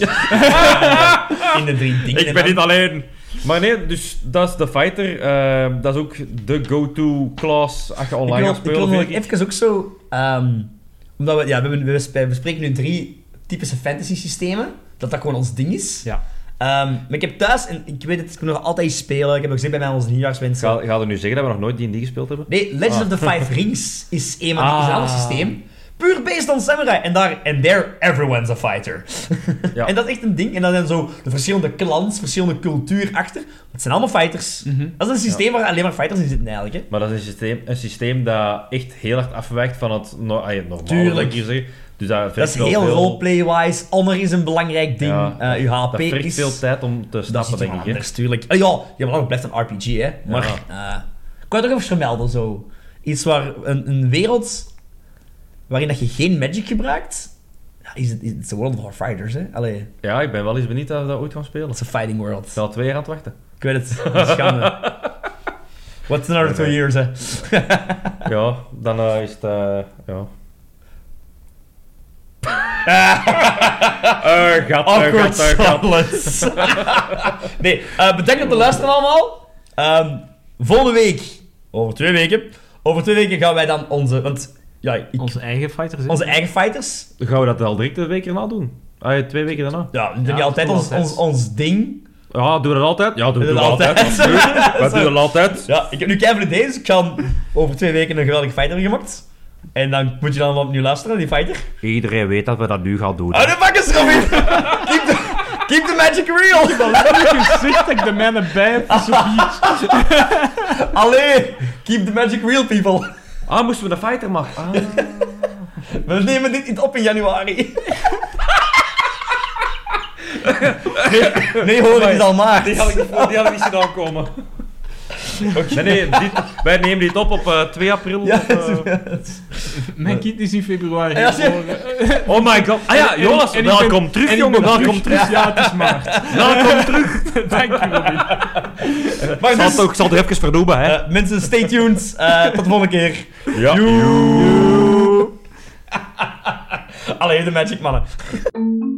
In de drie dingen. Ik ben niet alleen. Maar nee, dus dat is de fighter. Uh, dat is ook de go-to class als je Ik online wil, gaat ik spelen. wil nog vind ik. even ook zo... Um, omdat we, ja, we, hebben- we, we bespreken nu drie typische fantasy systemen. Dat dat gewoon ons ding is. Ja. Um, maar ik heb thuis, en ik weet het, ik moet nog altijd spelen. Ik heb ook gezegd bij mij onze nieuwjaarswens. Ga, ga er nu zeggen dat we nog nooit D en D gespeeld hebben? Nee, Legends Ah. of the Five Rings is een van die Ah. is een ander systeem. Puur based on samurai. En daar, and there, everyone's a fighter. Ja. En dat is echt een ding. En dan zijn zo de verschillende clans, verschillende cultuur achter. Het zijn allemaal fighters. Mhm. Dat is een systeem waar alleen maar fighters in zitten eigenlijk. Hè. Maar dat is een systeem, een systeem dat echt heel hard afwijkt van het, no, ah, ja, normale, Tuurlijk. wil ik hier zeggen. Dus dat, Dat is heel veel... roleplay-wise. Honor is een belangrijk ding. Ja, Uh, uw H P dat vergt is... veel tijd om te Dat stappen, is denk ik. Hè. anders, tuurlijk. Oh, ja, ja, maar het blijft een R P G, hè. Maar... Uh, ik wou toch even vermelden, zo. Iets waar... Een, een wereld... waarin dat je geen magic gebruikt... Ja, is het is the world of Warfighters, hè. Allee, Ja, ik ben wel eens benieuwd dat we dat ooit gaan spelen. it's a fighting world. Ik ben al twee jaar aan het wachten. Ik weet het. Schande. What's another two years, hè. Ja, dan uh, is het... Uh, ja... uh, gat, Awkward uh, gat, uh, gat. silence. Nee, uh, bedankt om te luisteren allemaal. Um, volgende week, over twee weken, over twee weken gaan wij dan onze... Want, ja, ik, Onze eigen fighters. hè? onze eigen fighters... Gaan we dat al direct de week erna doen? Ah, twee weken daarna? Ja, doen Ja, niet altijd dat ons, doen we ons, ons ding. Ja, doen we dat altijd? Ja, doen we Doen dat we altijd. altijd. We doen dat altijd. Ja, ik heb nu keiveel ideeën, dus ik ga over twee weken een geweldige fighter gemaakt. En dan moet je dan opnieuw luisteren, die fighter. Iedereen weet dat we dat nu gaan doen. Oh, de bakkers, Robin! keep, the, keep the magic real! Ik gezegd dat ik de mijne bij heb, zo Allee, keep the magic real, people. Ah, moesten we een fighter maken? Ah. We nemen dit niet op in januari. Nee, nee hoor, het is al maart. Die had ik niet, die had ik niet zien aankomen. Nee, nee, dit, wij nemen dit op op uh, twee april. Ja, of, uh, Mijn kind is in februari Ja, zie- geboren. Oh my god. Ah ja, En- Jonas, en ik nou ben- kom terug, en ik jongen. ben Nou terug. kom terug. Ja, het is maart. Nou kom terug. Dank je, Robin. Maar Ik zal dus, het ook- ik zal het er even vernoemen, hè. uh, mensen, stay tuned. Uh, tot de volgende keer. Ja. Joe. Allee, de magic mannen.